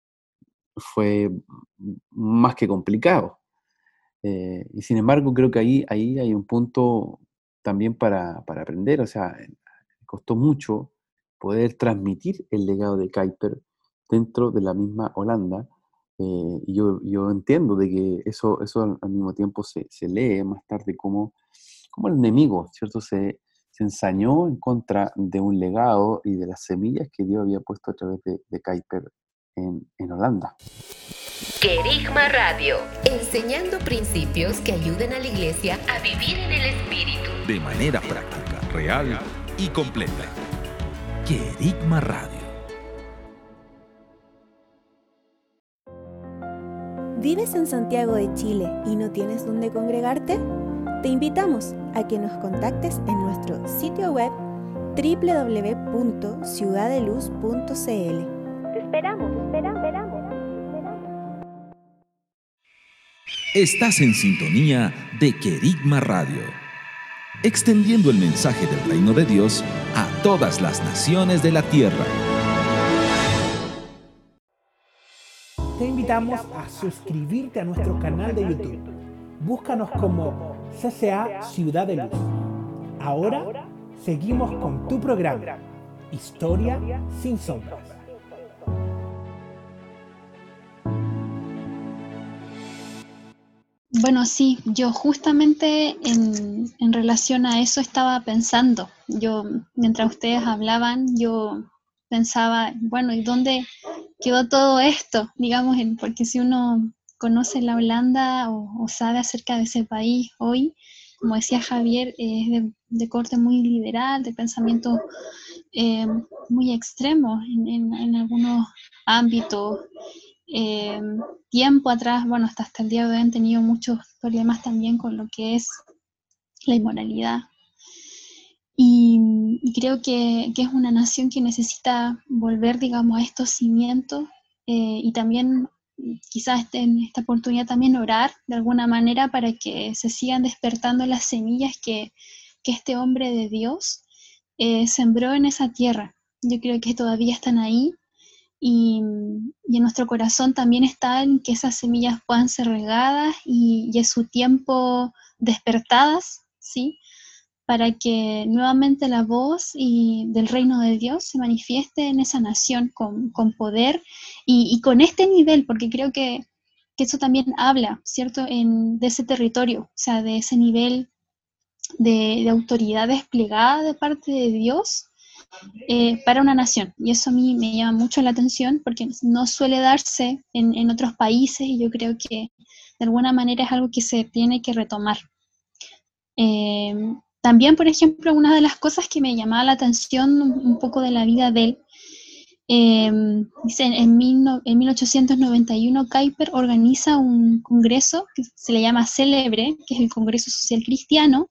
fue más que complicado. Eh, y sin embargo, creo que ahí, ahí hay un punto también para, para aprender. O sea, costó mucho poder transmitir el legado de Kuyper dentro de la misma Holanda. Eh, y yo, yo entiendo de que eso, eso al, al mismo tiempo se, se lee más tarde como, como el enemigo, ¿cierto? Se, se ensañó en contra de un legado y de las semillas que Dios había puesto a través de, de Kuyper en, en Holanda. Querigma Radio, enseñando principios que ayuden a la iglesia a vivir en el Espíritu. De manera práctica, real y completa. Querigma Radio. ¿Vives en Santiago de Chile y no tienes dónde congregarte? Te invitamos a que nos contactes en nuestro sitio web doble u doble u doble u punto ciudad de luz punto c l. Te esperamos, te esperamos, te esperamos. Estás en sintonía de Querigma Radio, extendiendo el mensaje del reino de Dios a todas las naciones de la tierra. Te invitamos a suscribirte a nuestro canal de YouTube. Búscanos como C C A Ciudad de Luz. Ahora seguimos con tu programa, Historia sin Sombras. Bueno, sí, yo justamente en, en relación a eso estaba pensando. Yo, mientras ustedes hablaban, yo pensaba, bueno, ¿y dónde quedó todo esto? Digamos, en- porque si uno conoce la Holanda o, o sabe acerca de ese país hoy, como decía Javier, eh, es de, de corte muy liberal, de pensamiento eh, muy extremo en, en- en algunos ámbitos. Eh, Tiempo atrás, bueno, hasta, hasta el día de hoy han tenido muchos problemas también con lo que es la inmoralidad. Y, y creo que, que es una nación que necesita volver, digamos, a estos cimientos eh, y también mm, quizás este- en esta oportunidad también orar de alguna manera para que se sigan despertando las semillas que, que este hombre de Dios eh, sembró en esa tierra. Yo creo que todavía están ahí y, y en nuestro corazón también está en que esas semillas puedan ser regadas y, y a su tiempo despertadas, ¿sí? Para que nuevamente la voz y del reino de Dios se manifieste en esa nación con, con poder y, y con este nivel, porque creo que, que eso también habla, ¿cierto?, en, de ese territorio, o sea, de ese nivel de, de autoridad desplegada de parte de Dios eh, para una nación. Y eso a mí me llama mucho la atención porque no suele darse en, en otros países y yo creo que de alguna manera es algo que se tiene que retomar. Eh, También, por ejemplo, una de las cosas que me llamaba la atención un, un poco de la vida de él, eh, dice, en, mil no- en mil ochocientos noventa y uno Kuyper organiza un congreso que se le llama Célebre, que es el Congreso Social Cristiano,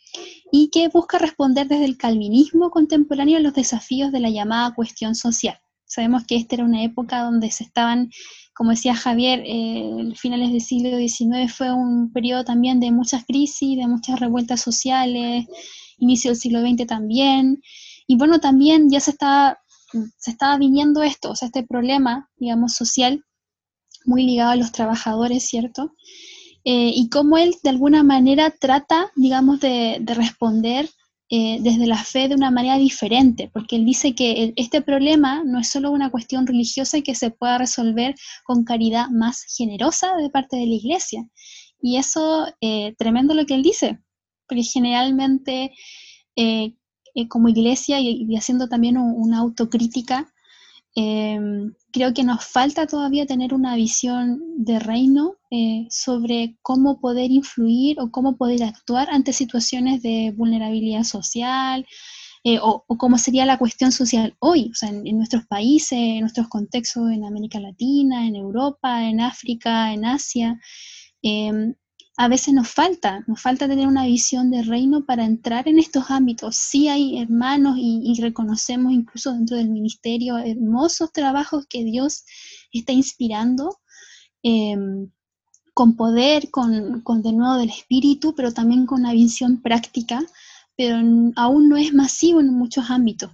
y que busca responder desde el calvinismo contemporáneo a los desafíos de la llamada cuestión social. Sabemos que esta era una época donde se estaban, como decía Javier, eh, finales del siglo diecinueve fue un periodo también de muchas crisis, de muchas revueltas sociales, inicio del siglo veinte también, y bueno, también ya se estaba, se estaba viniendo esto, o sea, este problema, digamos, social, muy ligado a los trabajadores, ¿cierto? Eh, y cómo él de alguna manera trata, digamos, de, de responder eh, desde la fe de una manera diferente, porque él dice que el- este problema no es solo una cuestión religiosa y que se pueda resolver con caridad más generosa de parte de la iglesia. Y eso, eh, tremendo lo que él dice, porque generalmente eh, eh, como iglesia y, y haciendo también un- una autocrítica, eh, creo que nos falta todavía tener una visión de reino eh, sobre cómo poder influir o cómo poder actuar ante situaciones de vulnerabilidad social eh, o, o cómo sería la cuestión social hoy, o sea, en, en nuestros países, en nuestros contextos en América Latina, en Europa, en África, en Asia. Eh, a veces nos falta, nos falta tener una visión de reino para entrar en estos ámbitos. Sí hay hermanos y, y reconocemos incluso dentro del ministerio hermosos trabajos que Dios está inspirando eh, con poder, con, con de nuevo del espíritu, pero también con una visión práctica, pero n- aún no es masivo en muchos ámbitos.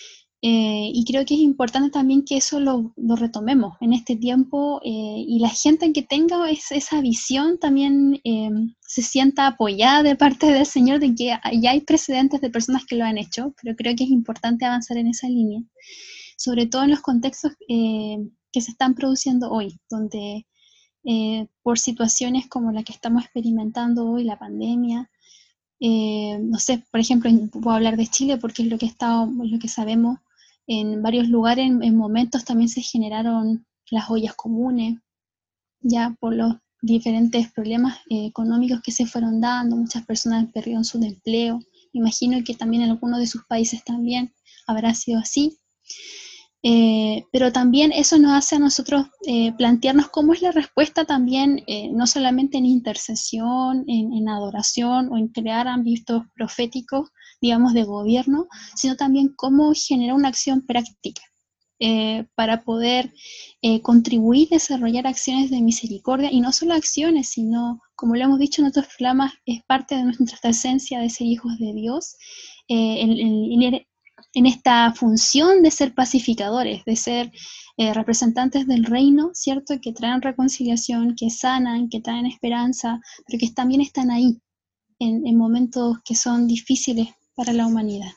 Eh, y creo que es importante también que eso lo, lo retomemos en este tiempo eh, y la gente que tenga es- esa visión también eh, se sienta apoyada de parte del Señor de que ya hay precedentes de personas que lo han hecho, pero creo que es importante avanzar en esa línea, sobre todo en los contextos eh, que se están produciendo hoy, donde eh, por situaciones como la que estamos experimentando hoy, la pandemia, Eh, no sé, por ejemplo, puedo hablar de Chile porque es lo que está, lo que sabemos. En varios lugares, en, en momentos también se generaron las ollas comunes, ya por los diferentes problemas eh, económicos que se fueron dando, muchas personas perdieron su empleo. Imagino que también en algunos de sus países también habrá sido así. Eh, pero también eso nos hace a nosotros eh, plantearnos cómo es la respuesta también, eh, no solamente en intercesión, en, en adoración o en crear ámbitos proféticos, digamos, de gobierno, sino también cómo generar una acción práctica eh, para poder eh, contribuir, desarrollar acciones de misericordia, y no solo acciones, sino, como lo hemos dicho en otros programas, es parte de nuestra esencia de ser hijos de Dios, eh, el, el, el, en esta función de ser pacificadores, de ser eh, representantes del reino, ¿cierto? Que traen reconciliación, que sanan, que traen esperanza, pero que también están ahí en, en momentos que son difíciles para la humanidad.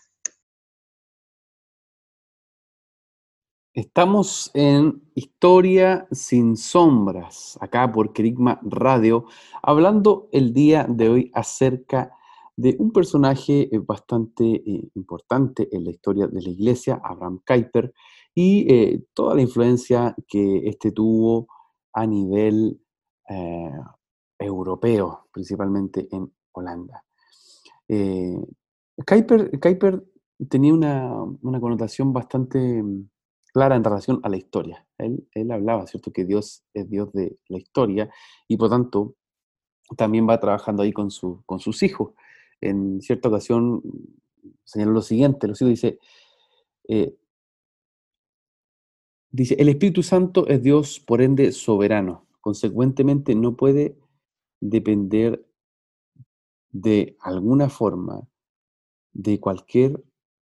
Estamos en Historia sin Sombras, acá por Kerigma Radio, hablando el día de hoy acerca de un personaje bastante eh, importante en la historia de la Iglesia, Abraham Kuyper, y eh, toda la influencia que este tuvo a nivel eh, europeo, principalmente en Holanda. Eh, Kuyper, Kuyper tenía una, una connotación bastante clara en relación a la historia. Él, él hablaba, ¿cierto?, que Dios es Dios de la historia y por tanto también va trabajando ahí con, su, con sus hijos. En cierta ocasión señaló lo siguiente, los hijos dice, eh, dice, el Espíritu Santo es Dios, por ende, soberano. Consecuentemente no puede depender de alguna forma de cualquier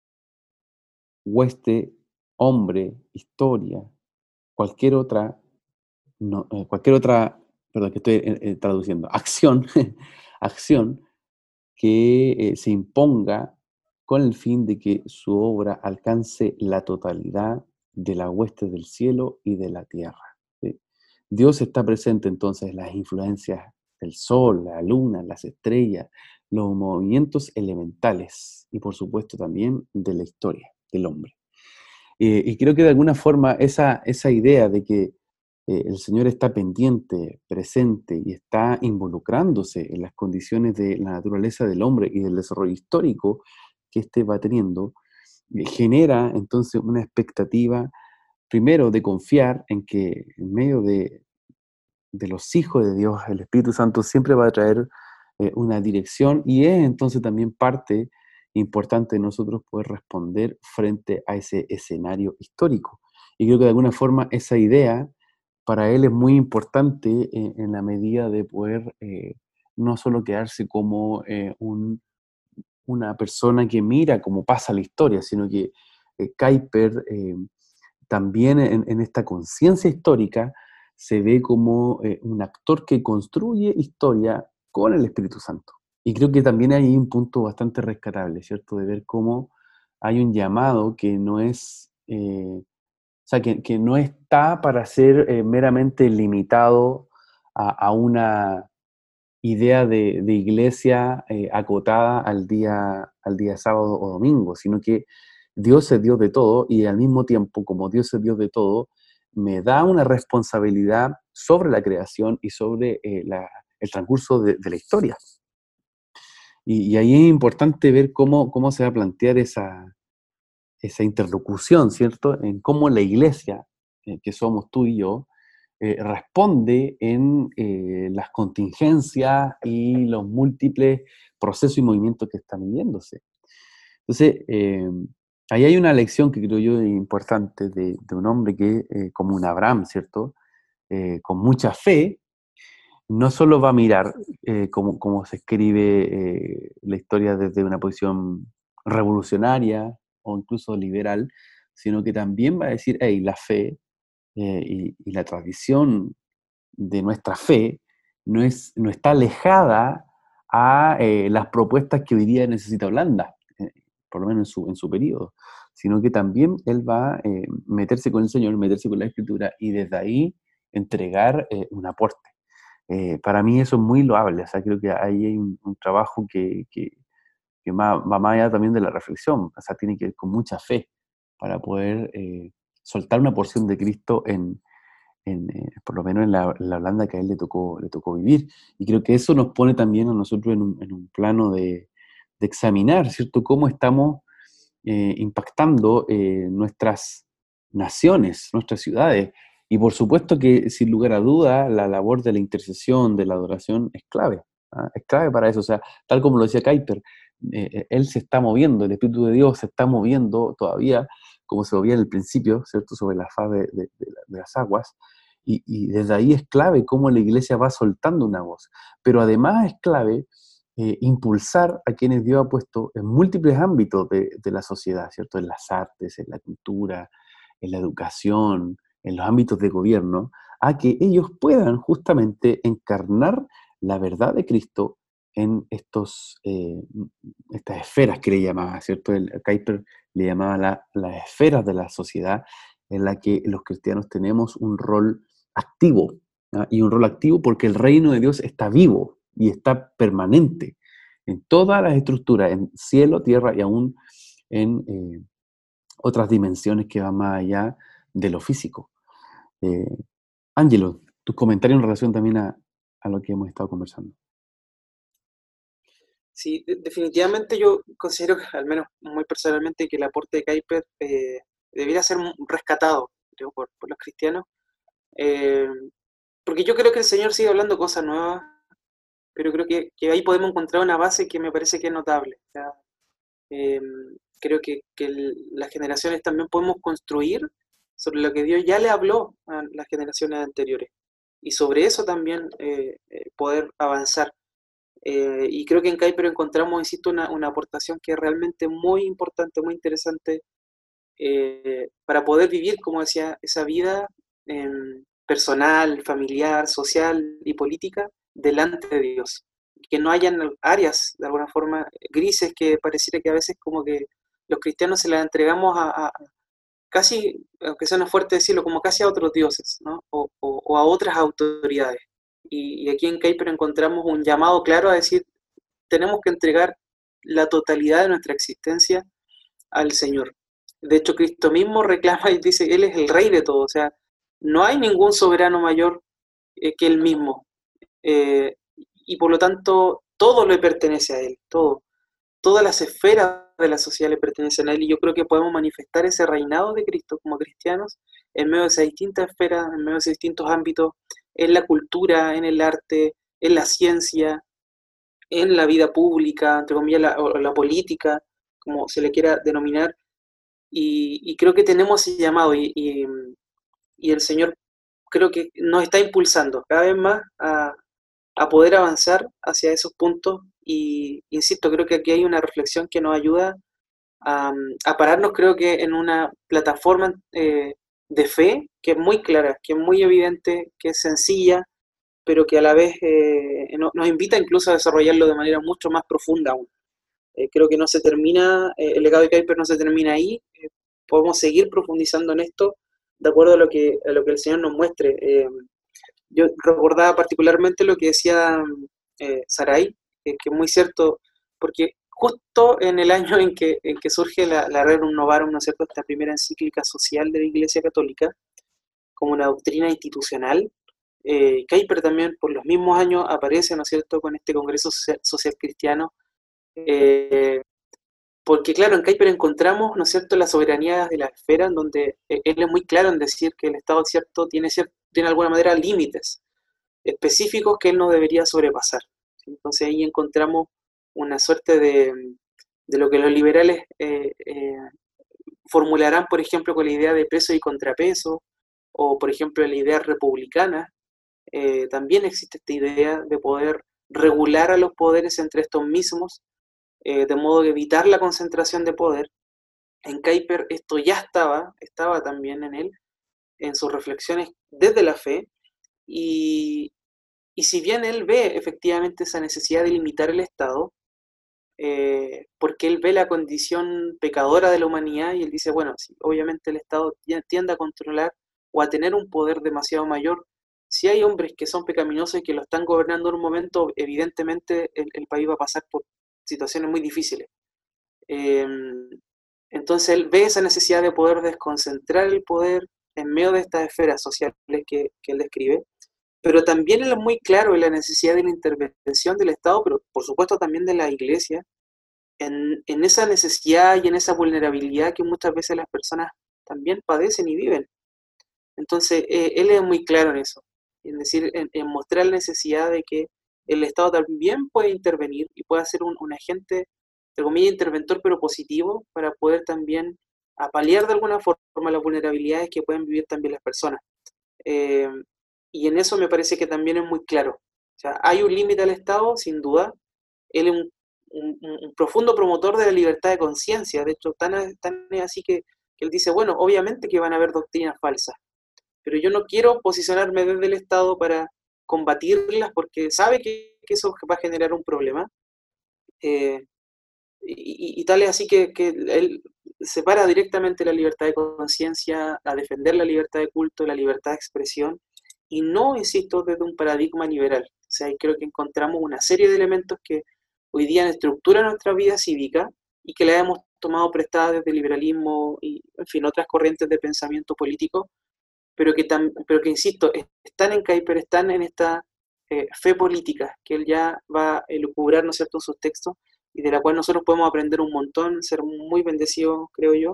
hueste, hombre, historia, cualquier otra, no, eh, cualquier otra, perdón, que estoy eh, eh, traduciendo, acción, acción que eh, se imponga con el fin de que su obra alcance la totalidad de la hueste del cielo y de la tierra. ¿Sí? Dios está presente entonces en las influencias del sol, la luna, las estrellas, los movimientos elementales y por supuesto también de la historia del hombre. Eh, y creo que de alguna forma esa, esa idea de que eh, el Señor está pendiente, presente y está involucrándose en las condiciones de la naturaleza del hombre y del desarrollo histórico que éste va teniendo, eh, genera entonces una expectativa, primero, de confiar en que en medio de, de los hijos de Dios, el Espíritu Santo siempre va a traer eh, una dirección y es entonces también parte importante de nosotros poder responder frente a ese escenario histórico. Y creo que de alguna forma esa idea para él es muy importante en, en la medida de poder eh, no solo quedarse como eh, un, una persona que mira cómo pasa la historia, sino que eh, Kuyper eh, también en, en esta conciencia histórica se ve como eh, un actor que construye historia con el Espíritu Santo. Y creo que también hay un punto bastante rescatable, ¿cierto? De ver cómo hay un llamado que no es, eh, o sea, que, que no está para ser eh, meramente limitado a, a una idea de, de iglesia eh, acotada al día, al día sábado o domingo, sino que Dios es Dios de todo y al mismo tiempo, como Dios es Dios de todo, me da una responsabilidad sobre la creación y sobre eh, la, el transcurso de, de la historia. Y, y ahí es importante ver cómo, cómo se va a plantear esa, esa interlocución, ¿cierto? En cómo la iglesia, eh, que somos tú y yo, eh, responde en eh, las contingencias y los múltiples procesos y movimientos que están viviéndose. Entonces, eh, ahí hay una lección que creo yo importante de, de un hombre que, eh, como un Abraham, ¿cierto? Eh, con mucha fe, no solo va a mirar eh, cómo, cómo se escribe eh, la historia desde una posición revolucionaria o incluso liberal, sino que también va a decir, hey, la fe eh, y, y la tradición de nuestra fe no, es, no está alejada a eh, las propuestas que hoy día necesita Holanda, eh, por lo menos en su, en su periodo, sino que también él va a eh, meterse con el Señor, meterse con la Escritura y desde ahí entregar eh, un aporte. Eh, para mí eso es muy loable, o sea, creo que ahí hay un, un trabajo que, que, que va, va más allá también de la reflexión, o sea, tiene que ver con mucha fe para poder eh, soltar una porción de Cristo en, en, eh, por lo menos en la, en la Holanda que a él le tocó, le tocó vivir. Y creo que eso nos pone también a nosotros en un, en un plano de, de examinar, ¿cierto?, cómo estamos eh, impactando eh, nuestras naciones, nuestras ciudades. Y por supuesto que, sin lugar a duda, la labor de la intercesión, de la adoración, es clave. ¿ah? Es clave para eso. O sea, tal como lo decía Kuyper, eh, él se está moviendo, el Espíritu de Dios se está moviendo todavía, como se movía en el principio, ¿cierto?, sobre la faz de, de, de, de las aguas. Y, y desde ahí es clave cómo la iglesia va soltando una voz. Pero además es clave Eh, impulsar a quienes Dios ha puesto en múltiples ámbitos de, de la sociedad, ¿cierto? En las artes, en la cultura, en la educación, en los ámbitos de gobierno, a que ellos puedan justamente encarnar la verdad de Cristo en estos, eh, estas esferas que le llamaba, ¿cierto? El, el Kuyper le llamaba la, las esferas de la sociedad en la que los cristianos tenemos un rol activo, ¿ah? Y un rol activo porque el reino de Dios está vivo, y está permanente en todas las estructuras, en cielo, tierra y aún en eh, otras dimensiones que van más allá de lo físico. Eh, Ángelo, tus comentarios en relación también a, a lo que hemos estado conversando. Sí, de- definitivamente yo considero, al menos muy personalmente, que el aporte de Kuyper eh, debiera ser rescatado, creo, por, por los cristianos, eh, porque yo creo que el Señor sigue hablando cosas nuevas, pero creo que, que ahí podemos encontrar una base que me parece que es notable. O sea, eh, creo que, que el- las generaciones también podemos construir sobre lo que Dios ya le habló a las generaciones anteriores y sobre eso también eh, eh, poder avanzar. Eh, y creo que en Kuyper encontramos, insisto, una, una aportación que es realmente muy importante, muy interesante eh, para poder vivir, como decía, esa vida eh, personal, familiar, social y política delante de Dios. Que no hayan áreas, de alguna forma, grises que pareciera que a veces como que los cristianos se las entregamos a, a casi, aunque suena fuerte decirlo, como casi a otros dioses, ¿no? O, o, o a otras autoridades. Y, y aquí en Kuyper encontramos un llamado claro a decir, tenemos que entregar la totalidad de nuestra existencia al Señor. De hecho, Cristo mismo reclama y dice, Él es el Rey de todo, o sea, no hay ningún soberano mayor eh, que Él mismo. Eh, y por lo tanto, todo le pertenece a Él, todo. Todas las esferas de la sociedad le pertenecen a Él y yo creo que podemos manifestar ese reinado de Cristo como cristianos en medio de esas distintas esferas, en medio de esos distintos ámbitos, en la cultura, en el arte, en la ciencia, en la vida pública, entre comillas, la, o la política, como se le quiera denominar, y, y creo que tenemos ese llamado y, y, y, el Señor creo que nos está impulsando cada vez más a, a poder avanzar hacia esos puntos y, insisto, creo que aquí hay una reflexión que nos ayuda a, a pararnos, creo que en una plataforma eh, de fe que es muy clara, que es muy evidente, que es sencilla, pero que a la vez eh, no, nos invita incluso a desarrollarlo de manera mucho más profunda aún. Eh, creo que no se termina, eh, el legado de Kuyper no se termina ahí, eh, podemos seguir profundizando en esto de acuerdo a lo que, a lo que el Señor nos muestre. Eh, yo recordaba particularmente lo que decía eh, Sarai, eh, que es muy cierto, porque justo en el año en que, en que surge la, la Rerum Novarum, ¿no es cierto?, esta primera encíclica social de la Iglesia Católica, como una doctrina institucional, eh, Kuyper también por los mismos años aparece, ¿no es cierto?, con este Congreso Social, Social Cristiano, eh, porque claro, en Kuyper encontramos, ¿no es cierto?, la soberanía de la esfera, en donde eh, él es muy claro en decir que el Estado, ¿cierto?, tiene, cierto, tiene de alguna manera límites específicos que él no debería sobrepasar. ¿Sí? Entonces ahí encontramos una suerte de, de lo que los liberales eh, eh, formularán, por ejemplo, con la idea de peso y contrapeso, o por ejemplo la idea republicana. Eh, también existe esta idea de poder regular a los poderes entre estos mismos, eh, de modo que evitar la concentración de poder. En Kuyper esto ya estaba, estaba también en él, en sus reflexiones desde la fe, y, y si bien él ve efectivamente esa necesidad de limitar el Estado, eh, porque él ve la condición pecadora de la humanidad y él dice, bueno, si obviamente el Estado tiende a controlar o a tener un poder demasiado mayor, si hay hombres que son pecaminosos y que lo están gobernando en un momento, evidentemente el, el país va a pasar por situaciones muy difíciles. Eh, entonces él ve esa necesidad de poder desconcentrar el poder en medio de estas esferas sociales que, que él describe, pero también él es muy claro en la necesidad de la intervención del Estado, pero por supuesto también de la Iglesia, en, en esa necesidad y en esa vulnerabilidad que muchas veces las personas también padecen y viven. Entonces, eh, él es muy claro en eso, es decir, en, en mostrar la necesidad de que el Estado también puede intervenir y puede ser un, un agente, entre comillas, interventor, pero positivo, para poder también apalear de alguna forma las vulnerabilidades que pueden vivir también las personas. Eh, y en eso me parece que también es muy claro. O sea, hay un límite al Estado, sin duda. Él es un, un, un profundo promotor de la libertad de conciencia. De hecho, tan, tan es así que, que él dice, bueno, obviamente que van a haber doctrinas falsas, pero yo no quiero posicionarme desde el Estado para combatirlas porque sabe que, que eso va a generar un problema. Eh, y, y, y tal es así que, que él separa directamente la libertad de conciencia, a defender la libertad de culto, la libertad de expresión, y no, insisto, desde un paradigma liberal. O sea, creo que encontramos una serie de elementos que hoy día estructuran nuestra vida cívica y que la hemos tomado prestada desde el liberalismo y, en fin, otras corrientes de pensamiento político, pero que, tam, pero que insisto, están en Kuyper, están en esta eh, fe política que él ya va a elucubrar, ¿no es cierto?, en sus textos, y de la cual nosotros podemos aprender un montón, ser muy bendecidos, creo yo,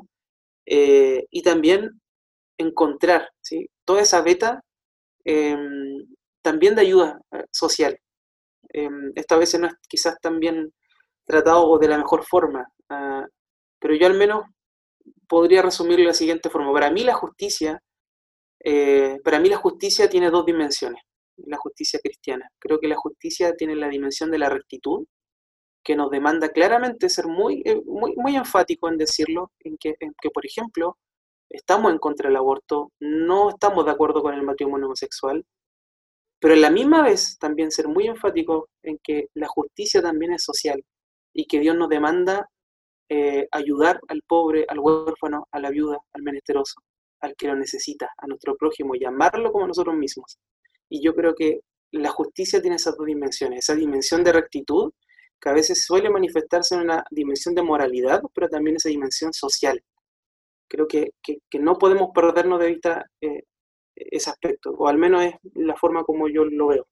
eh, y también encontrar, ¿sí?, toda esa beta eh, también de ayuda eh, social. Eh, esta vez no es quizás también tratado de la mejor forma, uh, pero yo al menos podría resumirlo de la siguiente forma. Para mí la justicia, eh, para mí la justicia tiene dos dimensiones, la justicia cristiana. Creo que la justicia tiene la dimensión de la rectitud, que nos demanda claramente ser muy, muy, muy enfático en decirlo, en que, en que, por ejemplo, estamos en contra del aborto, no estamos de acuerdo con el matrimonio homosexual, pero a la misma vez también ser muy enfático en que la justicia también es social y que Dios nos demanda eh, ayudar al pobre, al huérfano, a la viuda, al menesteroso, al que lo necesita, a nuestro prójimo, y amarlo como nosotros mismos. Y yo creo que la justicia tiene esas dos dimensiones, esa dimensión de rectitud, que a veces suele manifestarse en una dimensión de moralidad, pero también esa dimensión social. Creo que, que, que no podemos perdernos de vista eh, ese aspecto, o al menos es la forma como yo lo veo.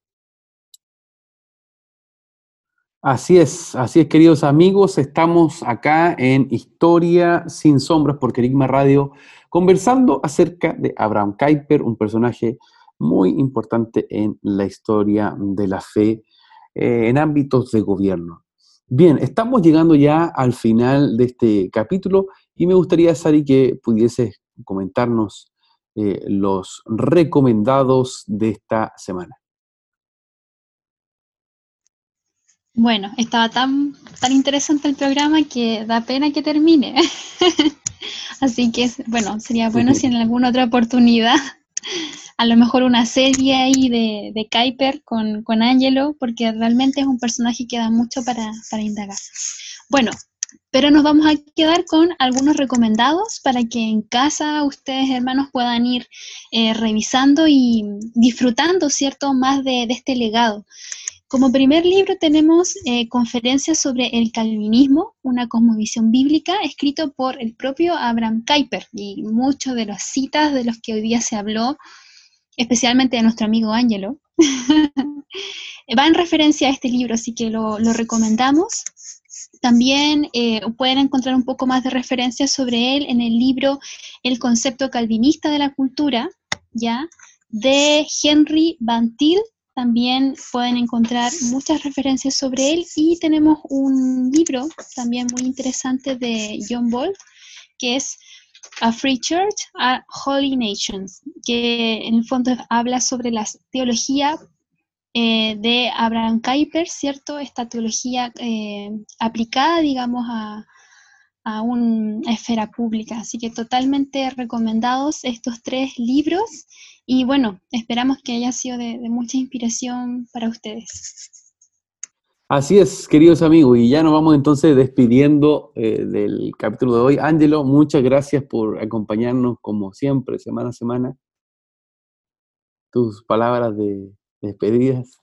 Así es, así es, queridos amigos, estamos acá en Historia sin Sombras por Querigma Radio, conversando acerca de Abraham Kuyper, un personaje muy importante en la historia de la fe eh, en ámbitos de gobierno. Bien, estamos llegando ya al final de este capítulo y me gustaría, Sari, que pudieses comentarnos eh, los recomendados de esta semana. Bueno, estaba tan, tan interesante el programa que da pena que termine. Así que, bueno, sería bueno si en alguna otra oportunidad, a lo mejor una serie ahí de, de Kuyper con, con Angelo, porque realmente es un personaje que da mucho para, para indagar. Bueno, pero nos vamos a quedar con algunos recomendados para que en casa ustedes, hermanos, puedan ir eh, revisando y disfrutando, ¿cierto?, más de, de este legado. Como primer libro tenemos eh, Conferencias sobre el Calvinismo, una cosmovisión bíblica, escrito por el propio Abraham Kuyper, y muchas de las citas de los que hoy día se habló, especialmente de nuestro amigo Angelo, va en referencia a este libro, así que lo, lo recomendamos. También eh, pueden encontrar un poco más de referencias sobre él en el libro El concepto calvinista de la cultura, ¿ya?, de Henry Van Til. También pueden encontrar muchas referencias sobre él, y tenemos un libro también muy interesante de John Bolt, que es A Free Church, a Holy Nations, que en el fondo habla sobre la teología eh, de Abraham Kuyper, ¿cierto? Esta teología eh, aplicada, digamos, a, a una esfera pública. Así que totalmente recomendados estos tres libros. Y bueno, esperamos que haya sido de, de mucha inspiración para ustedes. Así es, queridos amigos, y ya nos vamos entonces despidiendo eh, del capítulo de hoy. Angelo, muchas gracias por acompañarnos como siempre, semana a semana. tus palabras de, de despedidas.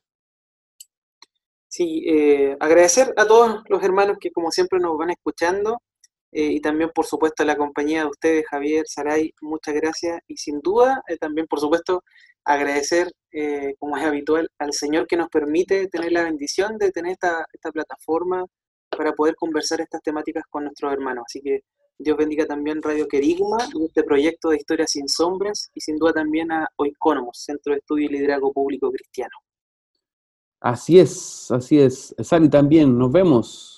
Sí, eh, agradecer a todos los hermanos que como siempre nos van escuchando eh, y también por supuesto a la compañía de ustedes, Javier, Saray, muchas gracias y sin duda eh, también por supuesto agradecer eh, como es habitual al Señor que nos permite tener la bendición de tener esta, esta plataforma para poder conversar estas temáticas con nuestros hermanos. Así que Dios bendiga también Radio Querigma y este proyecto de Historias sin Sombras y sin duda también a Oikónomos, Centro de Estudio y Liderazgo Público Cristiano. Así es, así es. Sari, también, nos vemos.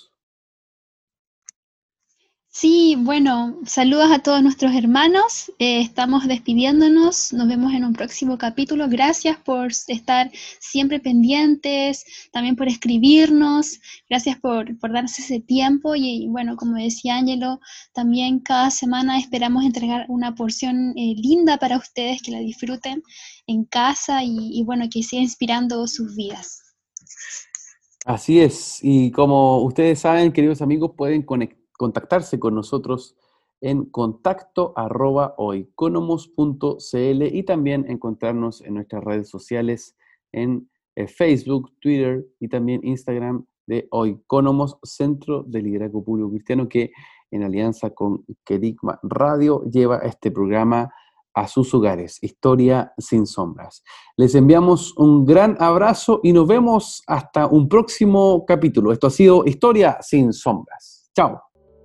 Sí, bueno, saludos a todos nuestros hermanos. Eh, estamos despidiéndonos. Nos vemos en un próximo capítulo. Gracias por estar siempre pendientes, también por escribirnos. Gracias por, por darse ese tiempo. Y, y bueno, como decía Ángelo, también cada semana esperamos entregar una porción eh, linda para ustedes, que la disfruten en casa y, y bueno, que siga inspirando sus vidas. Así es. Y como ustedes saben, queridos amigos, pueden conectar contactarse con nosotros en contacto arroba oikonomos punto cl y también encontrarnos en nuestras redes sociales en eh, Facebook, Twitter y también Instagram de Oikónomos, Centro de Liderazgo Público Cristiano, que en alianza con Querigma Radio lleva este programa a sus hogares, Historia sin Sombras. Les enviamos un gran abrazo y nos vemos hasta un próximo capítulo. Esto ha sido Historia sin Sombras. Chao.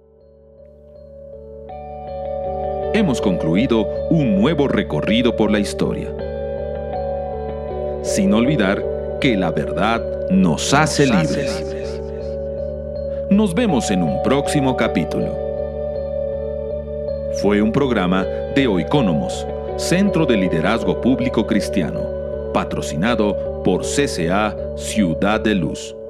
Hemos concluido un nuevo recorrido por la historia. Sin olvidar que la verdad nos hace libres. Nos vemos en un próximo capítulo. Fue un programa de Oikónomos, Centro de Liderazgo Público Cristiano, patrocinado por C C A Ciudad de Luz.